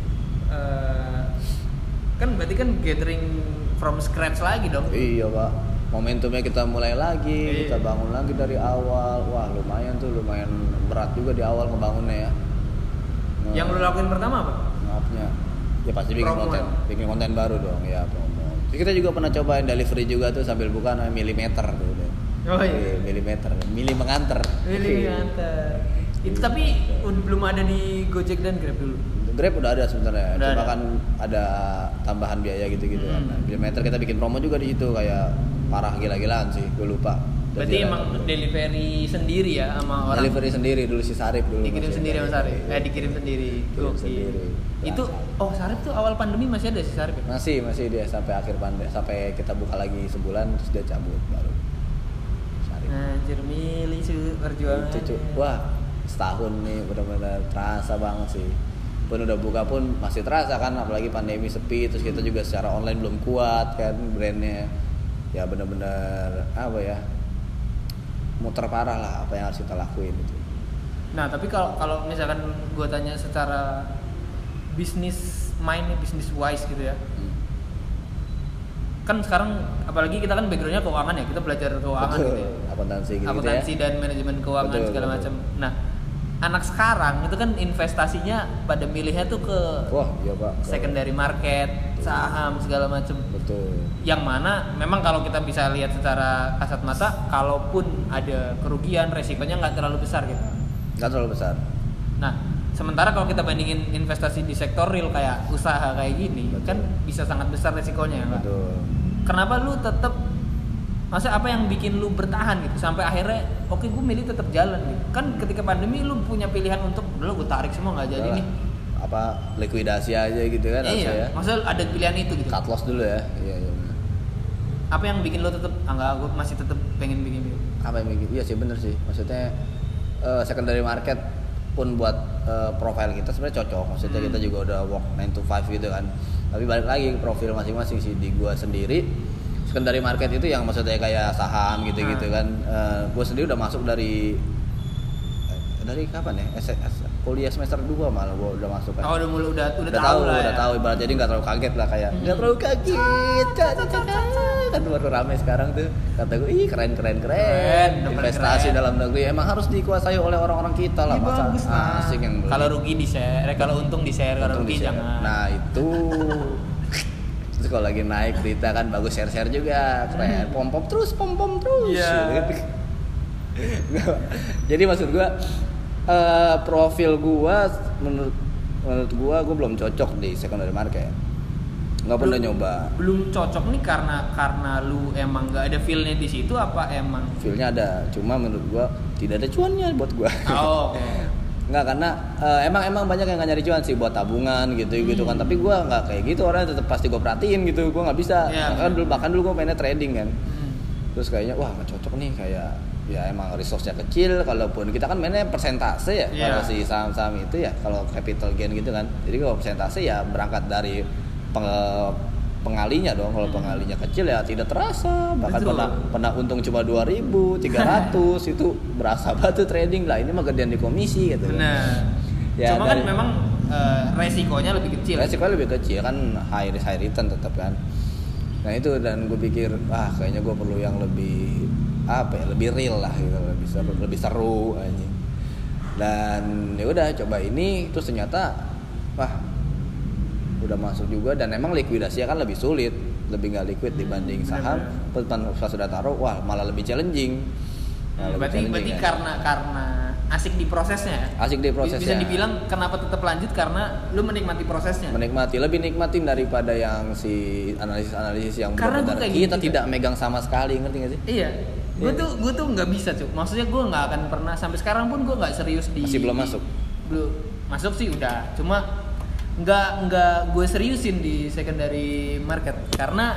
A: uh, kan berarti kan gathering from scratch lagi dong.
B: Iya Pak, momentumnya kita mulai lagi, iya. Kita bangun lagi dari awal. Wah lumayan tuh, lumayan berat juga di awal ngebangunnya ya. Nge-
A: Yang lu lakuin pertama apa?
B: Maafnya, ya pasti bikin
A: promo
B: konten,
A: ya?
B: bikin konten baru dong ya promo. Kita juga pernah cobain delivery juga tuh sambil buka namanya milimeter tuh.
A: Oh iya.
B: Milimeter, mili mengantar.
A: Mili mengantar. Itu tapi belum ada di Gojek dan Grab dulu.
B: Grab udah ada sebenarnya,
A: udah
B: cuma
A: ada.
B: Kan ada tambahan biaya gitu-gitu
A: hmm.
B: kan. Nah, milimeter kita bikin promo juga di situ kayak parah gila-gilaan sih, gue lupa.
A: Berarti emang gitu. Delivery sendiri ya sama orang.
B: Delivery sendiri dulu si Sarip dulu.
A: Dikirim sendiri sama Sarip. Eh dikirim sendiri.
B: Dikirim sendiri.
A: Itu oh Sarip tuh awal pandemi masih ada si Sarip ya?
B: Masih, masih dia sampai akhir pandemi, sampai kita buka lagi sebulan terus dia cabut baru. Sarip.
A: Anjir milih sih perjuangan.
B: Itu, wah, setahun nih benar-benar terasa banget sih. Pun udah buka pun masih terasa kan, apalagi pandemi sepi, terus kita juga secara online belum kuat kan brandnya. Ya benar-benar apa ya, muter parah lah apa yang harus kita lakuin itu.
A: Nah tapi kalau kalau misalkan gue tanya secara bisnis mind, bisnis wise gitu ya, hmm. kan sekarang apalagi kita kan backgroundnya keuangan ya, kita belajar keuangan
B: betul.
A: gitu ya.
B: Akuntansi gitu,
A: Akuntansi
B: ya.
A: dan manajemen keuangan
B: Betul,
A: segala
B: betul.
A: macam. Nah, anak sekarang itu kan investasinya pada milihnya tuh ke
B: Wah, iya Pak.
A: secondary market, saham segala macam.
B: Betul.
A: Yang mana memang kalau kita bisa lihat secara kasat mata, kalaupun ada kerugian, resikonya nggak terlalu besar gitu.
B: Nggak terlalu besar.
A: Nah, sementara kalau kita bandingin investasi di sektor real kayak usaha kayak gini,
B: Betul.
A: kan bisa sangat besar resikonya, Pak.
B: Betul.
A: Kenapa lu tetap, maksudnya apa yang bikin lu bertahan gitu sampai akhirnya oke gue milih tetap jalan gitu. Kan ketika pandemi lu punya pilihan untuk udah gue tarik semua nggak jadi
B: Udah
A: nih.
B: lah. Apa likuidasi aja gitu kan
A: Iya,
B: harusnya ya.
A: maksudnya ada pilihan itu gitu.
B: Cut loss dulu ya. Iya, iya.
A: Apa yang bikin lu tetap ah enggak, gue masih tetap pengen bikin gitu.
B: Apa yang bikin? Iya sih bener sih. Maksudnya uh, secondary market pun buat uh, profile kita sebenarnya cocok. Maksudnya
A: Hmm.
B: kita juga udah work nine to five gitu kan. Tapi balik lagi ke profil masing-masing sih. Di gua sendiri secondary market itu yang maksudnya kayak saham gitu-gitu
A: Hmm.
B: kan. Uh, gua sendiri udah masuk dari dari kapan ya? S- S- kuliah semester dua malah gua udah masuk kan.
A: Oh udah mulai udah udah,
B: udah
A: tahu
B: tahu,
A: lah
B: udah
A: ya.
B: tahu ibarat jadi nggak terlalu kaget lah kayak
A: Hmm.
B: nggak terlalu kaget kan, kan baru rame sekarang tuh kata gue ih keren keren keren,
A: Keren, udah
B: investasi
A: keren.
B: dalam negeri emang harus dikuasai oleh orang-orang kita lah
A: Iya,
B: masa
A: bagus lah.
B: asing yang beli.
A: Kalau rugi di share, kalau untung di share, kalau
B: Untung
A: rugi
B: di-share.
A: jangan.
B: Nah itu terus kalau lagi naik berita kan bagus share share juga keren
A: Hmm.
B: pom pom terus pom pom terus.
A: Iya.
B: Jadi maksud gue eh, profil gue menurut menurut gue gue belum cocok di secondary market. Nggak pernah
A: Belum-
B: nyoba.
A: Belum cocok nih karena karena lu emang nggak ada feel-nya di situ apa emang?
B: Feel-nya ada, cuma menurut gua tidak ada cuannya buat gua.
A: Oh, oke.
B: Nggak karena eh, emang emang banyak yang nggak nyari cuan sih buat tabungan gitu gitu kan.
A: Hmm.
B: Tapi gua nggak kayak gitu, orangnya tetap pasti gua perhatiin gitu. Gua nggak bisa.
A: Iya,
B: Bahkan
A: bener.
B: dulu bahkan dulu gua mainnya trading kan.
A: Hmm.
B: Terus kayaknya wah nggak cocok nih kayak ya emang resource-nya kecil, kalaupun kita kan mainnya persentase ya.
A: Iya.
B: Kalau si saham-saham itu ya kalau capital gain gitu kan. Jadi kalau persentase ya berangkat dari peng- pengalinya dong. Kalau
A: Hmm.
B: pengalinya kecil ya tidak terasa. Bahkan
A: Betul.
B: pernah pernah untung cuma dua ribu, tiga ratus itu berasa banget tuh trading lah. Ini mah gedean di komisi gitu.
A: Benar.
B: Ya,
A: Cuma
B: dari-
A: kan memang eh, resikonya lebih kecil.
B: Resikonya lebih kecil kan high risk high return tetap kan. Nah itu dan gue pikir ah kayaknya gue perlu yang lebih apa ya lebih real lah gitu lebih seru, lebih seru anjing. Dan ya udah coba ini terus ternyata wah udah masuk juga dan emang likuidasinya kan lebih sulit lebih nggak liquid dibanding saham. Pas sudah taruh wah malah lebih challenging. Nah, lebih
A: berarti
B: challenging
A: berarti
B: ya.
A: karena karena asik di prosesnya ya.
B: Asik di prosesnya.
A: Bisa dibilang kenapa tetap lanjut karena lu menikmati prosesnya.
B: Menikmati lebih nikmatin daripada yang si analisis-analisis yang
A: Karena
B: benar-benar
A: gua kayak
B: kita
A: gitu
B: tidak megang sama sekali, ngerti gak sih?
A: Iya. Gue
B: Iya.
A: tuh gue tuh nggak bisa cuy. Maksudnya gue nggak akan pernah sampai sekarang pun gue nggak serius di.
B: Masih belum masuk?
A: Belum masuk sih udah. Cuma nggak nggak gue seriusin di secondary market karena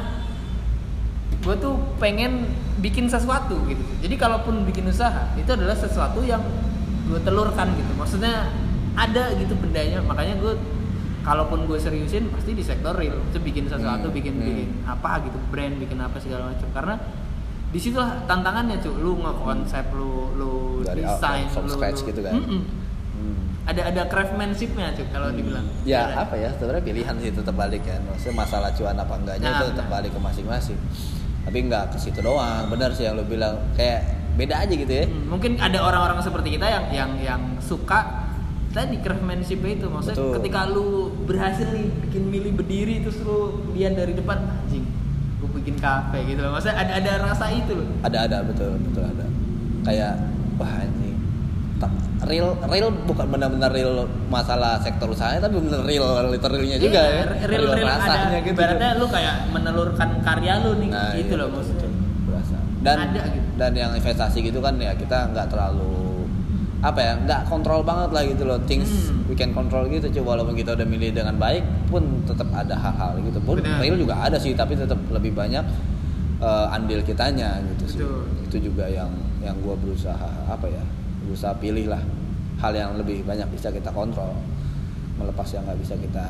A: gue tuh pengen bikin sesuatu gitu. Jadi kalaupun bikin usaha itu adalah sesuatu yang gue telurkan gitu. Maksudnya ada gitu bendanya. Makanya gue kalaupun gue seriusin pasti di sektor real. Itu bikin sesuatu,
B: Hmm,
A: bikin
B: hmm.
A: bikin apa gitu, brand, bikin apa segala macam. Karena disitulah tantangannya cuy. Lu nge-konsep, lu lu
B: Dari
A: desain,
B: from
A: lu,
B: scratch
A: lu-
B: gitu kan.
A: Mm-mm.
B: Hmm.
A: Ada ada craftsmanship-nya cuy kalau dibilang.
B: Ya
A: Iya.
B: apa ya sebenarnya pilihan sih tetap balik kan. Maksudnya masalah cuan apa enggaknya
A: Nah,
B: itu tetap
A: benar.
B: balik ke masing-masing. Tapi enggak ke situ doang. Benar sih yang lu bilang kayak beda aja gitu ya.
A: Hmm, mungkin ada orang-orang seperti kita yang yang yang suka tadi craftsmanship itu. Maksudnya
B: Betul.
A: ketika lu berhasil nih bikin milih berdiri terus lu lihat dari depan anjing, gue bikin kafe gitu loh. Maksudnya ada ada rasa itu loh.
B: Ada ada betul betul ada. Kayak wah ini real real bukan benar-benar real masalah sektor usahanya tapi benar real literalnya juga
A: Iya,
B: ya.
A: real real
B: rasanya
A: ada.
B: gitu.
A: Ibaratnya lu kayak menelurkan karya lu nih
B: Nah,
A: gitu
B: iya,
A: loh
B: betul,
A: maksudnya.
B: betul. Berasa. Dan
A: Ada gitu.
B: dan yang investasi gitu kan ya kita nggak terlalu apa ya nggak kontrol banget lah gitu loh things
A: Hmm.
B: we can control gitu coba walaupun kita udah milih dengan baik pun tetap ada hal-hal gitu pun
A: Benar.
B: real juga ada sih tapi tetap lebih banyak eh, andil kitanya gitu sih
A: Betul.
B: itu juga yang yang gua berusaha apa ya berusaha pilih lah hal yang lebih banyak bisa kita kontrol melepas yang nggak bisa kita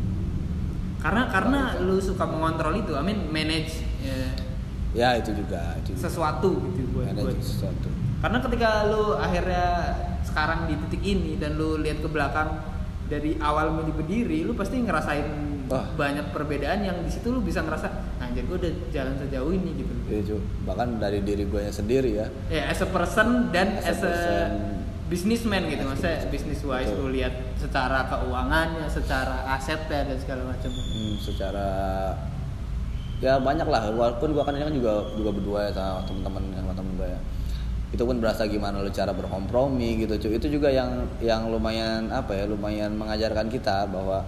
A: Karena karena
B: Betul.
A: lu suka mengontrol itu, I mean manage ya,
B: ya itu juga itu juga.
A: sesuatu gitu buat buat.
B: Manage sesuatu
A: Karena ketika lu akhirnya sekarang di titik ini dan lu lihat ke belakang dari awal milih berdiri, lu pasti ngerasain
B: oh.
A: banyak perbedaan yang di situ lu bisa ngerasa anjir gue udah jalan sejauh ini gitu.
B: Iya cuy, bahkan dari diri gue yang sendiri ya.
A: Ya as a person dan as,
B: as a,
A: a businessman gitu, maksudnya business wise lu lihat secara keuangannya, secara asetnya dan segala macam.
B: Hmm, secara ya banyak lah, walaupun gue kan ini kan juga juga berdua ya sama teman-teman sama teman gue ya. Itu pun berasa gimana lu cara berkompromi gitu cuy. Itu juga yang yang lumayan apa ya, lumayan mengajarkan kita bahwa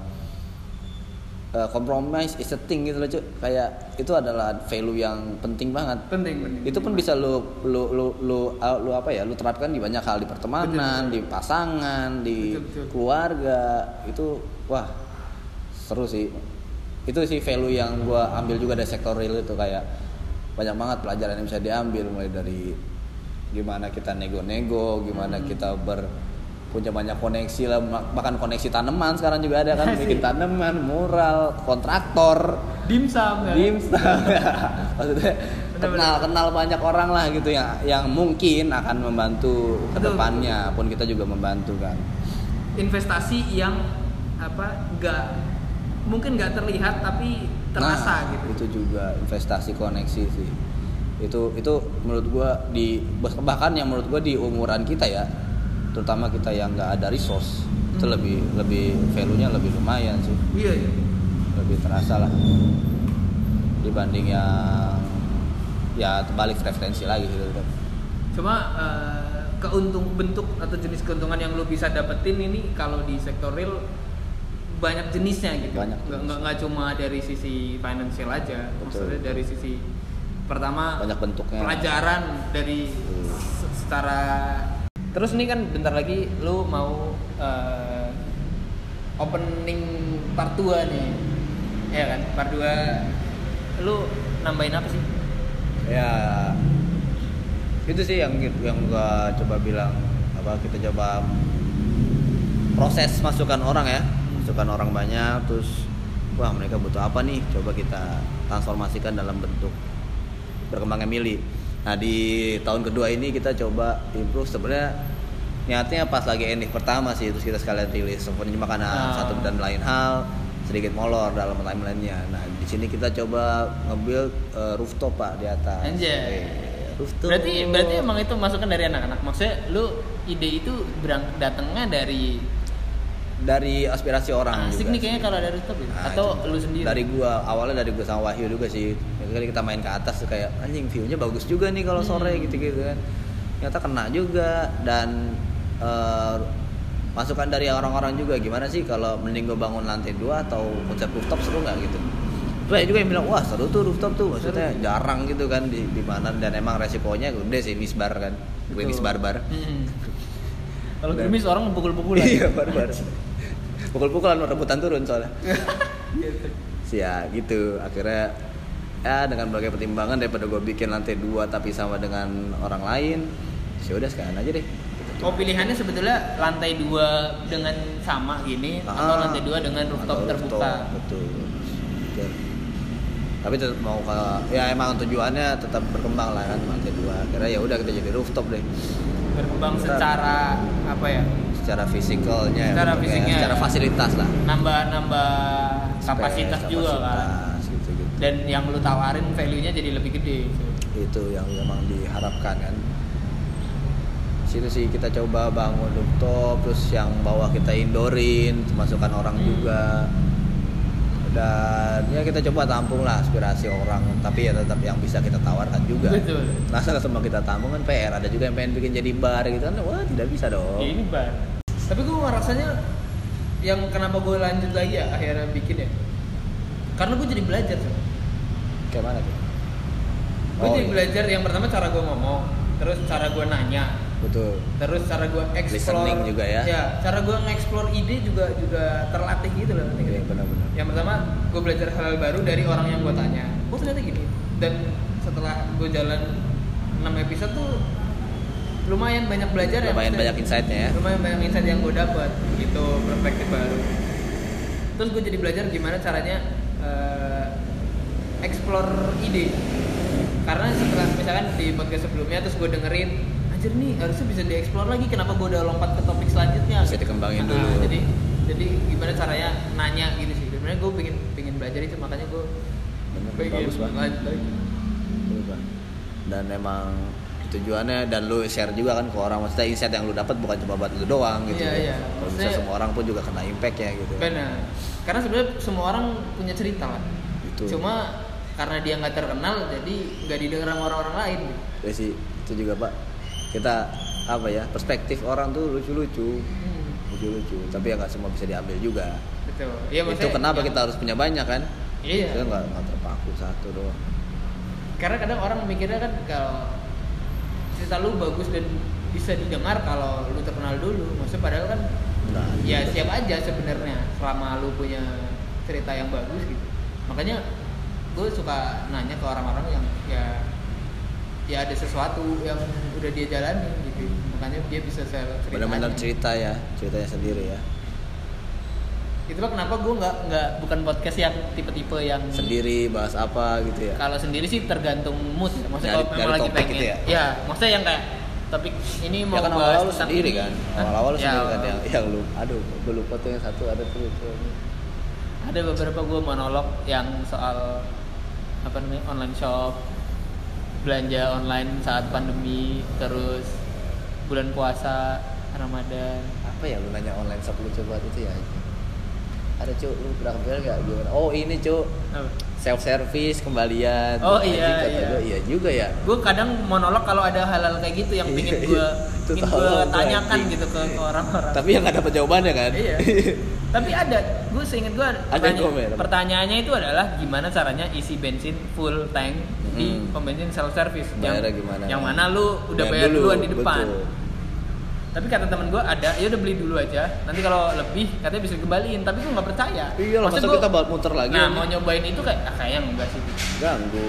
B: uh, compromise is a thing gitu loh cuy. Kayak itu adalah value yang penting banget.
A: Penting, penting.
B: Itu pun bisa lu lu lu lu, uh, lu apa ya, lu terapkan di banyak hal, di pertemanan, betul, betul. Di pasangan, di betul, betul. Keluarga. Itu wah seru sih. Itu sih value yang gua ambil juga dari sektor real itu, kayak banyak banget pelajaran yang bisa diambil, mulai dari gimana kita nego-nego, gimana hmm. kita ber punya banyak koneksi lah, bahkan koneksi tanaman sekarang juga ada kan, bikin tanaman, mural, kontraktor,
A: dimsum ya.
B: Dimsum ya. Maksudnya kenal-kenal banyak orang lah gitu yang yang mungkin akan membantu ke depannya, pun kita juga membantu kan.
A: Investasi yang apa enggak mungkin enggak terlihat tapi terasa
B: nah,
A: gitu.
B: Itu juga investasi koneksi sih. Itu itu menurut gua di bahkan yang menurut gua di umuran kita ya, terutama kita yang nggak ada resource, hmm. itu lebih lebih value-nya lebih lumayan sih.
A: Iya, iya.
B: Lebih terasa lah dibanding yang ya terbalik referensi lagi gitu kan.
A: Cuma uh, keuntung bentuk atau jenis keuntungan yang lo bisa dapetin ini kalau di sektor real banyak jenisnya gitu.
B: Banyak.
A: Nggak nggak cuma dari sisi financial aja, betul, maksudnya dari sisi pertama
B: banyak bentuknya,
A: pelajaran dari hmm. secara. Terus nih kan bentar lagi lu mau uh, opening part dua nih, ya kan, part dua lu nambahin apa sih?
B: Ya itu sih yang yang gua coba bilang, apa kita coba proses masukan orang ya, masukan orang banyak, terus wah mereka butuh apa nih, coba kita transformasikan dalam bentuk berkembangnya Mili. Nah di tahun kedua ini kita coba improve, sebenarnya niatnya pas lagi ending pertama sih, terus kita sekalian rilis. Cuma karena oh. satu dan lain hal sedikit molor dalam timelinenya. Nah di sini kita coba nge-build uh, rooftop pak di atas.
A: Anjay.
B: Eh, rooftop.
A: Berarti berarti emang itu masukan dari anak-anak. Maksudnya lu ide itu berang datangnya dari
B: dari aspirasi orang.
A: Asik
B: juga
A: nih kayaknya kalau dari rooftop ya? Atau lu sendiri?
B: Dari gua, awalnya dari gua sama Wahyu juga sih. Kali kita main ke atas kayak anjing view-nya bagus juga nih kalau sore hmm. gitu-gitu kan. Ternyata kena juga, dan uh, masukan dari orang-orang juga gimana sih kalau mending gua bangun lantai dua atau konsep rooftop seru enggak gitu. Terus juga yang bilang wah seru tuh rooftop tuh, maksudnya seru. Jarang gitu kan di di mana, dan emang resikonya gede sih, misbar kan. Gue barbar.
A: Hmm. Kalau gemis orang pukul-pukulan.
B: Iya, barbar. Pukul-pukulan rebutan turun soalnya. Sia gitu, akhirnya ya dengan berbagai pertimbangan daripada gue bikin lantai dua tapi sama dengan orang lain, ya udah sekalian aja deh.
A: Oh pilihannya sebetulnya lantai dua dengan sama gini ah, atau lantai dua dengan rooftop terbuka.
B: Betul. Betul. Tapi tetap mau ke, ya emang tujuannya tetap berkembang lah kan lantai dua. Akhirnya ya udah kita jadi rooftop deh.
A: Berkembang kita, secara apa ya?
B: Secara fisikalnya,
A: secara fisiknya,
B: secara fasilitas lah.
A: Nambah-nambah kapasitas
B: Space,
A: juga kan.
B: Gitu-gitu.
A: Dan yang lu tawarin value-nya jadi lebih gede.
B: Itu yang memang diharapkan kan. Situ sih kita coba bangun rooftop, terus yang bawah kita indoorin, masukkan orang hmm. juga. Dan ya kita coba tampung lah aspirasi orang, tapi ya tetap yang bisa kita tawarkan juga.
A: Betul.
B: Nah, semua kita tampung kan P R, ada juga yang pengen bikin jadi bar gitu kan, wah tidak bisa dong.
A: Ini bar. Tapi gue rasanya yang kenapa gue lanjut lagi ya akhirnya bikin ya, karena gue jadi belajar tuh.
B: Kayak mana tuh?
A: Gue
B: Oh,
A: jadi
B: iya.
A: belajar yang pertama cara gue ngomong, terus cara gue nanya.
B: Betul.
A: Terus cara gue explore.
B: Listening juga ya.
A: Ya, cara gue nge-explore ide juga juga terlatih gitu loh.
B: Iya, benar-benar.
A: Yang pertama gue belajar hal baru dari orang yang gue tanya. Oh ternyata gini. Dan setelah gue jalan enam episode tuh lumayan banyak belajar ya.
B: Lumayan banyak insight-nya ya.
A: Lumayan banyak insight yang gue dapat gitu, perspektif baru. Terus gue jadi belajar gimana caranya uh, explore ide. Karena setelah misalkan di podcast sebelumnya terus gue dengerin, anjir nih harusnya bisa dieksplor lagi, kenapa gue udah lompat ke topik selanjutnya?
B: Bisa dikembangin
A: nah,
B: dulu.
A: Jadi jadi gimana caranya nanya gitu sih. sebenarnya gue pengen pengen belajar itu, makanya gue pengen
B: bagus banget
A: lagi.
B: Dan emang tujuannya, dan lu share juga kan ke orang, maksudnya insight yang lu dapat bukan cuma buat lu doang gitu.
A: Iya, iya.
B: Kalau bisa semua orang pun juga kena impact-nya gitu.
A: Benar. Karena sebenarnya semua orang punya cerita kan.
B: Gitu.
A: Cuma karena dia nggak terkenal, jadi nggak didengar sama orang-orang lain.
B: Ya sih, itu juga Pak. Kita apa ya, perspektif orang tuh lucu-lucu, hmm. lucu-lucu. Tapi ya nggak semua bisa diambil juga.
A: Betul. Ya,
B: itu kenapa ya, kita harus punya banyak kan?
A: Iya.
B: Kita nggak nggak terpaku satu doang.
A: Karena kadang orang mikirnya kan kalau cerita lu bagus dan bisa didengar kalau lu terkenal dulu. Maksudnya padahal kan nah, ya gitu. Siap aja sebenarnya selama lu punya cerita yang bagus gitu. Makanya gue suka nanya ke orang-orang yang ya ya ada sesuatu yang udah dia jalani gitu. Makanya dia bisa share ceritanya.
B: Benar-benar cerita ya, ceritanya sendiri ya.
A: Itulah kenapa gue nggak nggak bukan podcast yang tipe-tipe yang
B: sendiri bahas apa gitu ya.
A: Kalau sendiri sih tergantung mood. Maksudnya
B: dari,
A: kalau memang lagi pengen, gitu ya? Ya maksudnya yang kayak topik ini mau
B: ya kan
A: bahas
B: awal-awal sendiri kan, awal-awal
A: ya,
B: sendiri kan yang yang lu, aduh gue lupa tuh yang satu ada tuh itu.
A: Ada beberapa gue monolog yang soal apa namanya online shop, belanja online saat pandemi, terus bulan puasa, Ramadan.
B: Apa ya lu nanya online shop lu coba itu ya? Ada Cuk, lu pernah kebayang gak gimana? Oh ini Cuk, self service kembalian.
A: Oh iya,
B: kata
A: iya.
B: Gue, iya juga ya.
A: Gue kadang monolog kalau ada hal-hal kayak gitu yang pingin gue pingin gue tanyakan gitu ke, ke orang-orang.
B: Tapi yang gak dapat jawabannya kan?
A: Iya. Tapi ada, gue seinget gue pertanya- pertanyaannya itu adalah gimana caranya isi bensin full tank hmm. di pom bensin self service. Yang,
B: gimana?
A: yang mana lu udah bayar, bayar dulu, duluan di depan. Betul. Tapi kata teman gue ada, ya udah beli dulu aja. Nanti kalau lebih katanya bisa dikembaliin. Tapi gue nggak percaya.
B: Iya lah, masa kita buat muter lagi.
A: Nah, mau nyobain itu kayak ah, kayaknya enggak sih.
B: Ganggu.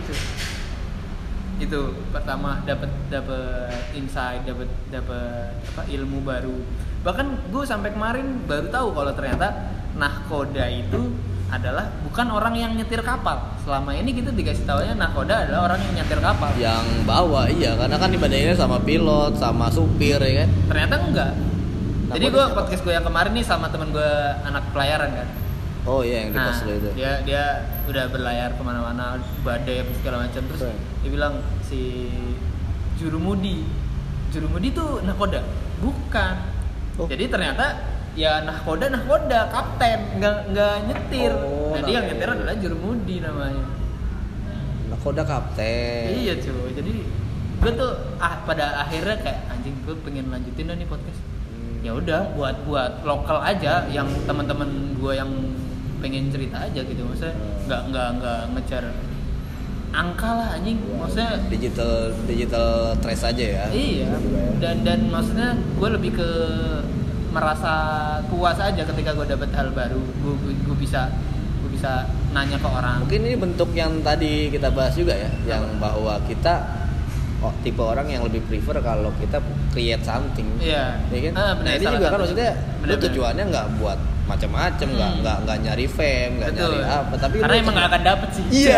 A: Itu pertama dapat dapat insight, dapat dapat apa ilmu baru. Bahkan gue sampai kemarin baru tahu kalau ternyata nahkoda itu adalah bukan orang yang nyetir kapal. Selama ini kita dikasih tahunya nahkoda adalah orang yang nyetir kapal.
B: Yang bawa iya, karena kan dibandinginnya sama pilot, sama supir ya kan.
A: Ternyata enggak. Nah, jadi gue podcast gue yang kemarin nih sama temen gue anak pelayaran kan.
B: Oh iya yang di
A: nah,
B: pos itu.
A: Dia dia udah berlayar kemana-mana, badai apa segala macam. Terus okay. Dia bilang si jurumudi, jurumudi tuh nahkoda, bukan. Oh. Jadi ternyata ya nahkoda nahkoda kapten nggak nggak nyetir. Oh, jadi yang nyetir adalah jurumudi namanya.
B: Nahkoda kapten.
A: Iya cuy. Jadi gue tuh ah pada akhirnya kayak anjing gue pengen lanjutin dah nih podcast. Hmm. Ya udah buat buat lokal aja yang teman-teman gue yang pengen cerita aja gitu, maksudnya nggak hmm. nggak nggak ngejar angka lah anjing, maksudnya
B: digital digital trace aja ya.
A: Iya. Dan dan maksudnya gue lebih ke merasa puas aja ketika gue dapet hal baru, gue gue bisa gue bisa nanya ke orang.
B: Mungkin ini bentuk yang tadi kita bahas juga ya, yang bahwa kita oh, tipe orang yang lebih prefer kalau kita create something.
A: Iya.
B: Ya kan?
A: Ah,
B: nah ini juga kan maksudnya bener, lu tujuannya nggak buat macam-macam, nggak hmm. nggak nggak nyari fame, nggak nyari apa, tapi
A: karena emang nggak akan dapet sih.
B: Iya.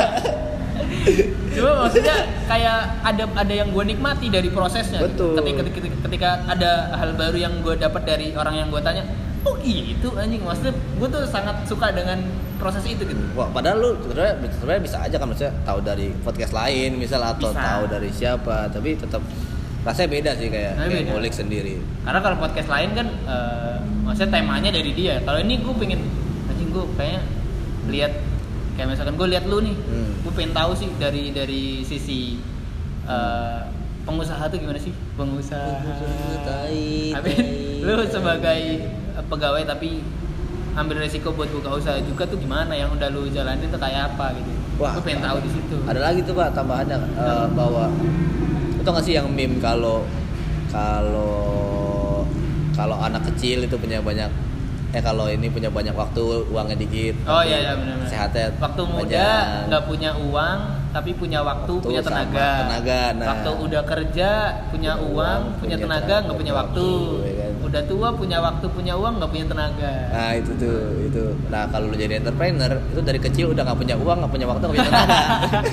A: Cuma maksudnya kayak ada ada yang gue nikmati dari prosesnya.
B: Betul.
A: Ketika, ketika ketika ada hal baru yang gue dapat dari orang yang gue tanya, oh iya itu anjing, maksudnya gue tuh sangat suka dengan proses itu gitu.
B: Wah, padahal lu sebenarnya sebenarnya bisa aja kan, maksudnya tahu dari podcast lain misal atau bisa. Tahu dari siapa, tapi tetap rasanya beda sih kayak, nah, kayak ngulik sendiri.
A: Karena kalau podcast lain kan uh, maksudnya temanya dari dia. Kalau ini gue pengen anjing, gue kayaknya lihat kayak misalkan gue lihat lu nih, hmm. gue pengen tahu sih dari dari sisi uh, pengusaha tuh gimana sih, pengusaha. Tapi lu sebagai pegawai tapi ambil resiko buat buka usaha juga tuh gimana, yang udah lu jalanin tuh kayak apa gitu.
B: Wah,
A: gue pengen tahu di situ.
B: Ada lagi tuh Pak tambahannya uh, bahwa itu nggak sih yang meme kalau kalau kalau anak kecil itu punya banyak eh kalau ini punya banyak waktu, uangnya dikit.
A: Oh iya iya benar.
B: Sehatnya
A: waktu muda nggak punya uang tapi punya waktu, waktu punya tenaga.
B: tenaga nah.
A: Waktu udah kerja punya uang, uang punya, punya tenaga nggak punya waktu. waktu ya kan? Udah tua punya waktu punya uang nggak punya tenaga.
B: Nah itu tuh itu. Nah kalau lu jadi entrepreneur itu dari kecil udah nggak punya uang, nggak punya waktu, nggak punya tenaga.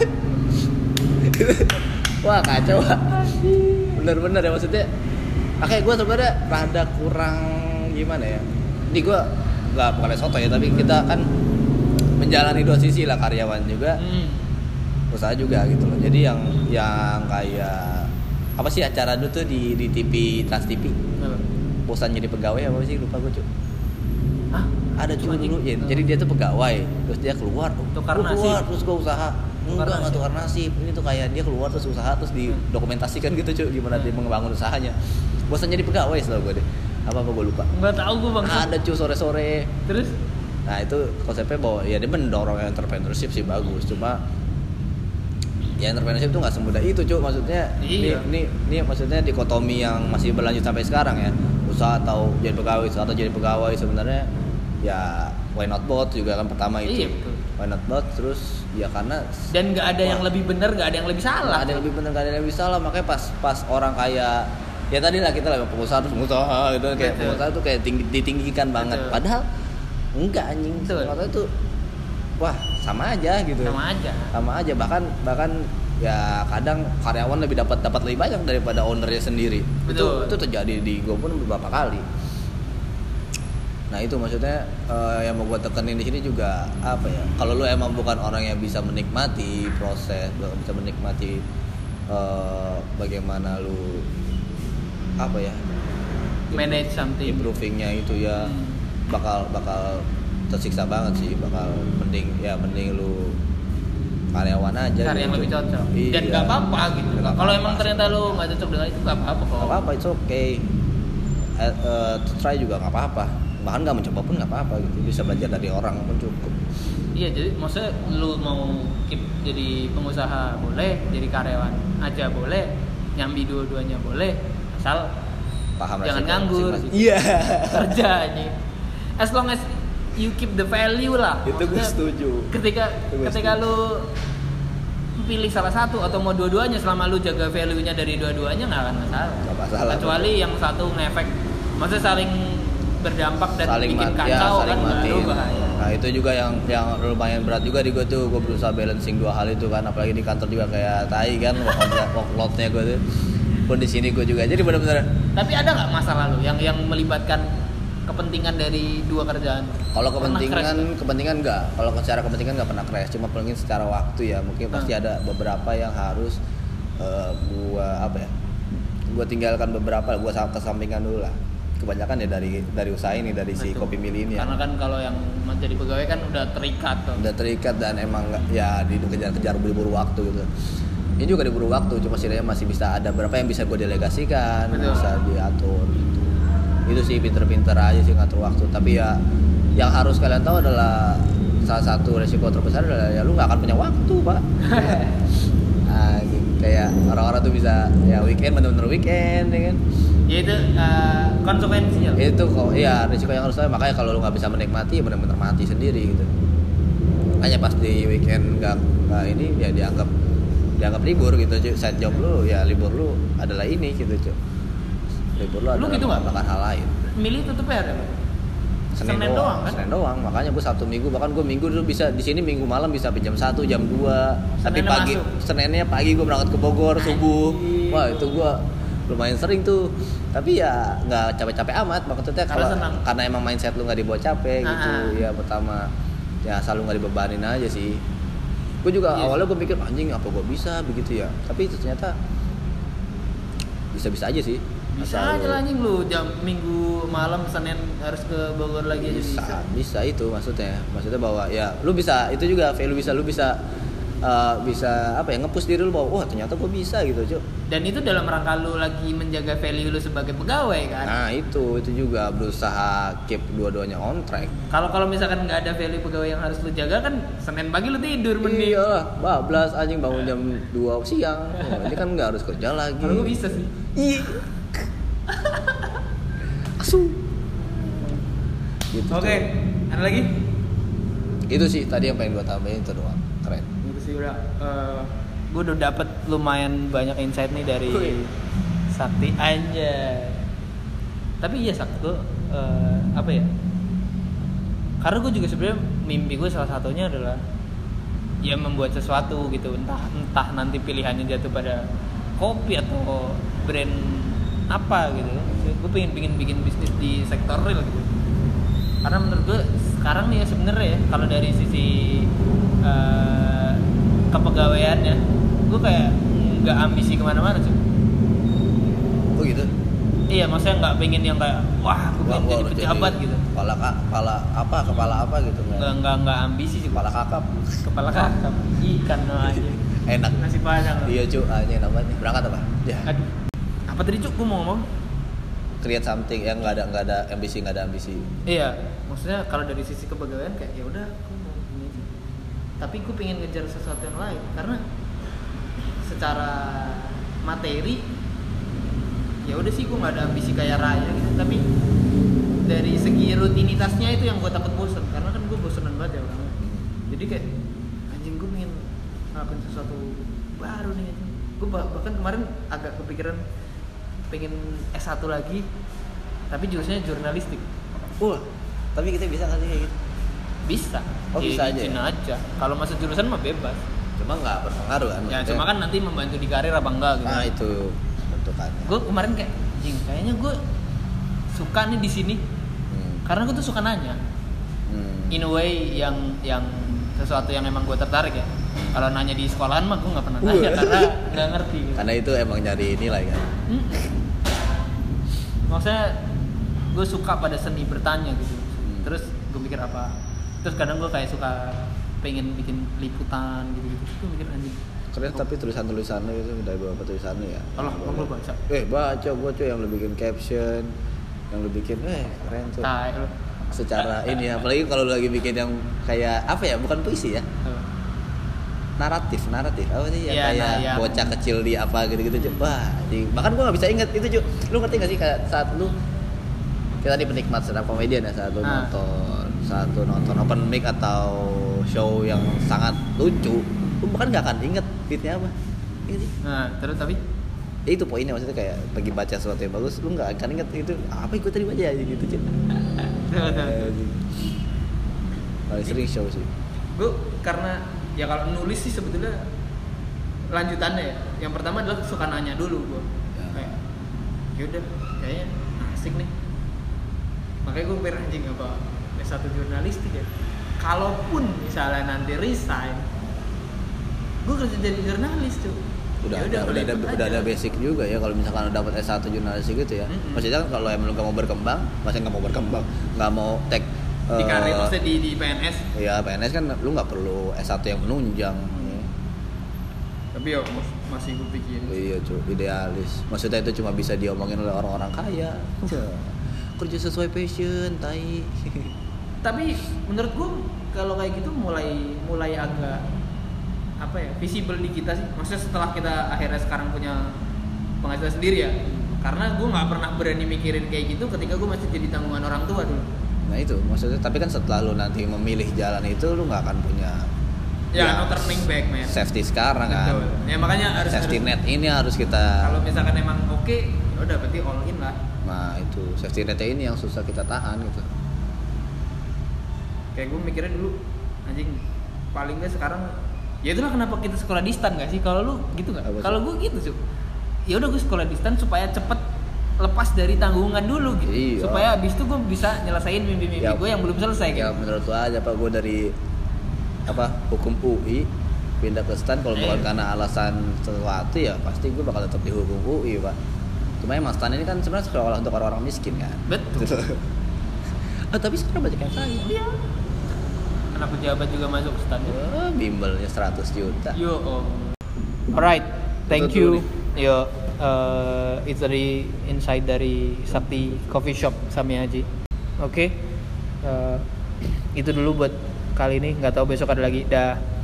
B: Wah kacau. Bener-bener ya maksudnya. Oke gue sebenarnya rada kurang gimana ya. Ini gue nggak bukan soto ya, tapi kita kan menjalani dua sisi lah, karyawan juga, hmm. usaha juga gitu loh. Jadi yang yang kayak apa sih acara dulu tuh di di T V Trans T V, hmm. bosan jadi pegawai apa sih, lupa gue cuy.
A: Hah?
B: Ada cuma dulu ya, jadi dia tuh pegawai, terus dia keluar,
A: tukar
B: keluar
A: nasib.
B: terus gue usaha. Enggak, nggak tukar nasib. Ini tuh kayak dia keluar terus usaha, terus didokumentasikan gitu cuy, gimana hmm. dia mengembangun usahanya. Bosan jadi pegawai setahu gue deh. Apa apa gue lupa.
A: Enggak tahu gue bang.
B: Ada cuy sore-sore.
A: Terus?
B: Nah itu konsepnya bahwa ya dia mendorong entrepreneurship sih bagus, cuma ya entrepreneurship tuh nggak semudah itu cuy. Maksudnya
A: iya.
B: ini, ini ini maksudnya dikotomi yang masih berlanjut sampai sekarang ya, usaha atau jadi pegawai, usaha atau jadi pegawai sebenarnya ya why not both juga kan pertama itu.
A: Iya betul.
B: Why not both, terus ya karena
A: dan nggak ada wah, yang lebih benar, nggak ada yang lebih salah.
B: Nggak ada yang lebih benar, nggak ada yang lebih salah. Makanya pas pas orang kayak ya tadi lah kita lah pengusaha terus pengusaha gitu kayak betul. Pengusaha tuh kayak tinggi, ditinggikan banget. Betul. Padahal enggak anjing. Pengusaha itu wah sama aja gitu.
A: Sama aja.
B: Sama aja bahkan bahkan ya kadang karyawan lebih dapat dapat lebih banyak daripada ownernya sendiri. Betul. Itu itu terjadi di gue pun beberapa kali. Nah itu maksudnya uh, yang mau gue tekenin di sini juga apa ya? Kalau lu emang bukan orang yang bisa menikmati proses, bisa menikmati uh, bagaimana lu apa ya?
A: Manage something.
B: Improvingnya itu ya hmm. bakal bakal tersiksa banget sih, bakal mending ya mending lu karyawan aja.
A: Cari
B: gitu.
A: Yang lebih cocok.
B: Iya.
A: Dan nggak apa-apa gitu. Kalau emang ternyata lu nggak cocok dengan itu nggak apa-apa kok.
B: Nggak apa-apa, it's okay. Uh, uh, to try juga nggak apa-apa. Bahkan nggak mencoba pun nggak apa-apa gitu, bisa belajar dari orang pun cukup.
A: Iya, jadi maksudnya lu mau keep jadi pengusaha boleh, jadi karyawan aja boleh, nyambi dua-duanya boleh, asal
B: paham
A: jangan nganggur.
B: Iya.
A: Kerja aja. As long as you keep the value lah.
B: Itu gue setuju.
A: Ketika gue ketika setuju. Lu pilih salah satu atau mau dua-duanya, selama lu jaga value-nya dari dua-duanya nggak akan masalah. Nggak masalah. Kecuali betul. Yang satu ngefek, maksudnya saling berdampak dan
B: saling
A: bikin
B: mati,
A: kacau
B: ya,
A: kan baru bahaya.
B: Nah itu juga yang yang lumayan berat juga di gue tuh, gue berusaha balancing dua hal itu kan, apalagi di kantor juga kayak tai kan workload-nya gue tuh. Pun di sini gue juga jadi benar-benar.
A: Tapi ada nggak masalah lu yang yang melibatkan kepentingan dari dua kerjaan?
B: Kalau kepentingan kepentingan enggak, kalau secara kepentingan nggak pernah crash, cuma paling secara waktu ya mungkin pasti hmm. ada beberapa yang harus uh, gue apa ya, gue tinggalkan beberapa, gue kesampingkan dulu lah. Kebanyakan ya dari dari usaha ini, dari Betul. Si Kopi Mili ini.
A: Karena
B: ya.
A: kan kalau yang menjadi pegawai kan udah terikat tuh.
B: Udah terikat dan emang ya dikejar-kejar buru-buru waktu gitu. Ini juga diburu waktu, cuma setidaknya masih bisa ada beberapa yang bisa gue delegasikan, Betul. Bisa diatur gitu. Itu sih pinter-pinter aja sih ngatur waktu. Tapi ya yang harus kalian tahu adalah salah satu resiko terbesar adalah ya lu nggak akan punya waktu, Pak. Nah, gitu. Kayak orang-orang tuh bisa ya weekend bener-bener weekend ya kan.
A: Ya itu uh, konsekuensinya.
B: Itu kok, iya risiko yang harus tahu. Makanya kalau lu nggak bisa menikmati, benar-benar mati sendiri gitu. Hanya pas di weekend nggak nggak ini ya dianggap dianggap libur gitu cuy. Side job lu ya libur lu adalah ini gitu cuy. Libur lu, lu adalah gitu melakukan hal lain.
A: Milih tutupnya ada.
B: Senin, Senin doang, doang kan? Senin doang. Makanya gue Sabtu Minggu, bahkan gue Minggu dulu bisa di sini Minggu malam bisa jam satu, jam dua. Tapi pagi masuk. Seninnya pagi gue berangkat ke Bogor subuh. Wah, itu gue lumayan sering tuh, tapi ya nggak capek-capek amat maksudnya kalau karena emang mindset lu nggak dibawa capek gitu. Ah. Ya pertama ya asal lu nggak dibebanin aja sih. Gue juga yes. Awalnya gue mikir anjing apa gue bisa begitu ya, tapi itu ternyata bisa-bisa aja sih.
A: Bisa aja lah anjing, lu jam Minggu malam Senin harus ke Bogor lagi aja bisa.
B: Bisa, bisa itu maksudnya. Maksudnya bahwa ya lu bisa itu juga value bisa lu bisa Uh, bisa apa ya nge-push diri lu bahwa wah ternyata gue bisa gitu cuy.
A: Dan itu dalam rangka lu lagi menjaga value lu sebagai pegawai kan.
B: Nah itu itu juga berusaha keep dua-duanya on track.
A: Kalau kalau misalkan nggak ada value pegawai yang harus lu jaga kan Senin pagi lu tidur mending.
B: Iya bablas anjing bangun jam dua siang. Oh, ini kan nggak harus kerja lagi.
A: Kalau gue bisa sih.
B: Iya. Asu. Gitu.
A: Oke, okay. Ada lagi?
B: Itu sih tadi yang pengen gue tambahin itu doang. Keren.
A: Udah, uh, gue udah dapet lumayan banyak insight nih dari Ui. Sakti aja. Tapi iya Sakti gue uh, apa ya? Karena gue juga sebenarnya mimpi gue salah satunya adalah ya membuat sesuatu gitu, entah entah nanti pilihannya jatuh pada kopi atau brand apa gitu. Gue pengen bikin bikin bisnis di sektor real gitu. Karena menurut gue sekarang nih ya sebenarnya ya kalau dari sisi uh, kepegawaiannya, gue kayak nggak ambisi kemana-mana cuy.
B: Oh gitu?
A: Iya, maksudnya nggak pengen yang kayak wah gue pengen jadi pejabat gitu.
B: Kepala kepala apa kepala apa gitu kan?
A: Nggak nggak nggak ambisi sih.
B: Kepala kakap.
A: Kepala kakap. Ikan aja.
B: Enak.
A: Nasi padang.
B: Iya cuy, aja namanya. Berangkat apa? Ya.
A: Aduh. Apa tadi cuy? Gue mau ngomong.
B: Create something yang nggak ada nggak ada ambisi nggak ada ambisi.
A: Iya, maksudnya kalau dari sisi kepegawaian kayak ya udah gue mau ini aja. Tapi gue pengen ngejar sesuatu yang lain karena secara materi ya udah sih gue nggak ada ambisi kaya raya gitu, tapi dari segi rutinitasnya itu yang gue takut bosen karena kan gue bosenan banget ya orangnya. Jadi kayak anjing gue pengen ngelakuin sesuatu baru nih anjing. Gue bahkan kemarin agak kepikiran pengen S satu lagi tapi jurusannya jurnalistik.
B: Wah, tapi kita bisa nggak sih kayak gitu?
A: Bisa.
B: Oh, bisa aja.
A: Ya? aja. Kalau masuk jurusan mah bebas.
B: Cuma nggak berpengaruh kan?
A: Ya, cuma kan nanti membantu di karir apa enggak gitu.
B: Nah, itu bentukannya.
A: Gue kemarin kayak, jing, kayaknya gue suka nih di sini. Hmm. Karena gue tuh suka nanya. Hmm. In a way yang yang sesuatu yang emang gue tertarik ya. Kalau nanya di sekolahan mah gue nggak pernah nanya uh. karena nggak ngerti. Gitu.
B: Karena itu emang nyari nilai kan. Hmm.
A: Maksudnya gue suka pada seni bertanya gitu. Hmm. Terus gue mikir apa? Terus kadang gue kayak suka pengen bikin liputan gitu-gitu. Terus gue mikir anjing.
B: Keren tapi tulisan-tulisan lo itu dari beberapa tulisan lo ya.
A: Allah, lo baca.
B: Eh baca gue cuy yang lo bikin caption, yang lo bikin eh keren tuh.
A: Tai lo.
B: Secara ini ya, apalagi kalau lo lagi bikin yang kayak apa ya? Bukan puisi ya. Oh. Naratif, naratif apa sih ya, ya kayak nah, ya. Bocah kecil di apa gitu-gitu cuy. Wah, di, bahkan gue nggak bisa inget itu cuy. Lu ngerti nggak sih kayak saat lu kita di penikmat stand up comedian ya saat lu ah. nonton satu nonton open mic atau show yang sangat lucu, lu bahkan nggak akan inget beatnya apa. Ingat sih?
A: Nah, terus tapi
B: ya, itu poinnya maksudnya kayak lagi baca sesuatu yang bagus, lu nggak akan inget itu apa ikut tadi baca aja gitu cuy. Paling sering show sih.
A: Gue karena ya kalau nulis sih sebetulnya lanjutannya ya. Yang pertama adalah suka nanya dulu gue. Ya. Kayak yaudah kayaknya asik nih. Makanya gue pikir anjing apa S satu jurnalistik ya. Kalaupun misalnya nanti resign, gue kerja jadi jurnalis tuh.
B: Udah ada, udah ada, udah ada basic juga ya kalau misalkan dapat S satu jurnalistik gitu ya. Mm-hmm. Maksudnya kan kalau emang lu gak mau berkembang, maksudnya gak mau berkembang, gak mau take
A: di karir uh, maksudnya di, di P N S.
B: Iya, P N S kan lu nggak perlu S satu yang menunjang.
A: Hmm. Tapi ya masih gue pikirin.
B: Iya, cuy, idealis. Maksudnya itu cuma bisa diomongin oleh orang-orang kaya. Kerja sesuai passion, tai.
A: Tapi menurut gue kalau kayak gitu mulai mulai agak apa ya, visible di kita sih. Maksudnya setelah kita akhirnya sekarang punya penghasilan sendiri ya. Karena gue nggak pernah berani mikirin kayak gitu ketika gue masih jadi tanggungan orang tua dulu.
B: Nah itu maksudnya, tapi kan setelah lu nanti memilih jalan itu lu nggak akan punya
A: ya, ya no turning back man.
B: Safety sekarang. Betul.
A: Kan ya makanya harus
B: safety
A: harus,
B: net ini harus kita
A: kalau misalkan emang oke okay, ya udah berarti all in lah.
B: Nah itu safety netnya ini yang susah kita tahan gitu.
A: Kayak gue mikirnya dulu anjing paling nggak sekarang ya itulah kenapa kita sekolah distan nggak sih, kalau lu gitu nggak? Kalau gue gitu sih ya udah gue sekolah distan supaya cepet lepas dari tanggungan dulu gitu. Iya. Supaya abis itu gue bisa nyelesain mimpi-mimpi ya, gue yang belum selesai gitu.
B: Ya menurut lo aja Pak, gue dari apa hukum U I pindah ke stan kalau bukan eh. karena alasan sesuatu ya pasti gue bakal tetap di hukum U I Pak. Cuma emang stan ini kan sebenarnya sekolah untuk orang-orang miskin kan.
A: Betul.
B: Oh, tapi sekarang banyak yang kaya.
A: Iya. Anak pejabat juga masuk ke stan.
B: Oh, bimbelnya seratus juta.
A: Yo. Oh. Alright, thank Betul you. Yo. Uh, it's dari inside dari Sakti Coffee Shop Samiaji. Oke, okay. uh, itu dulu buat kali ini. Nggak tahu besok ada lagi. Dah.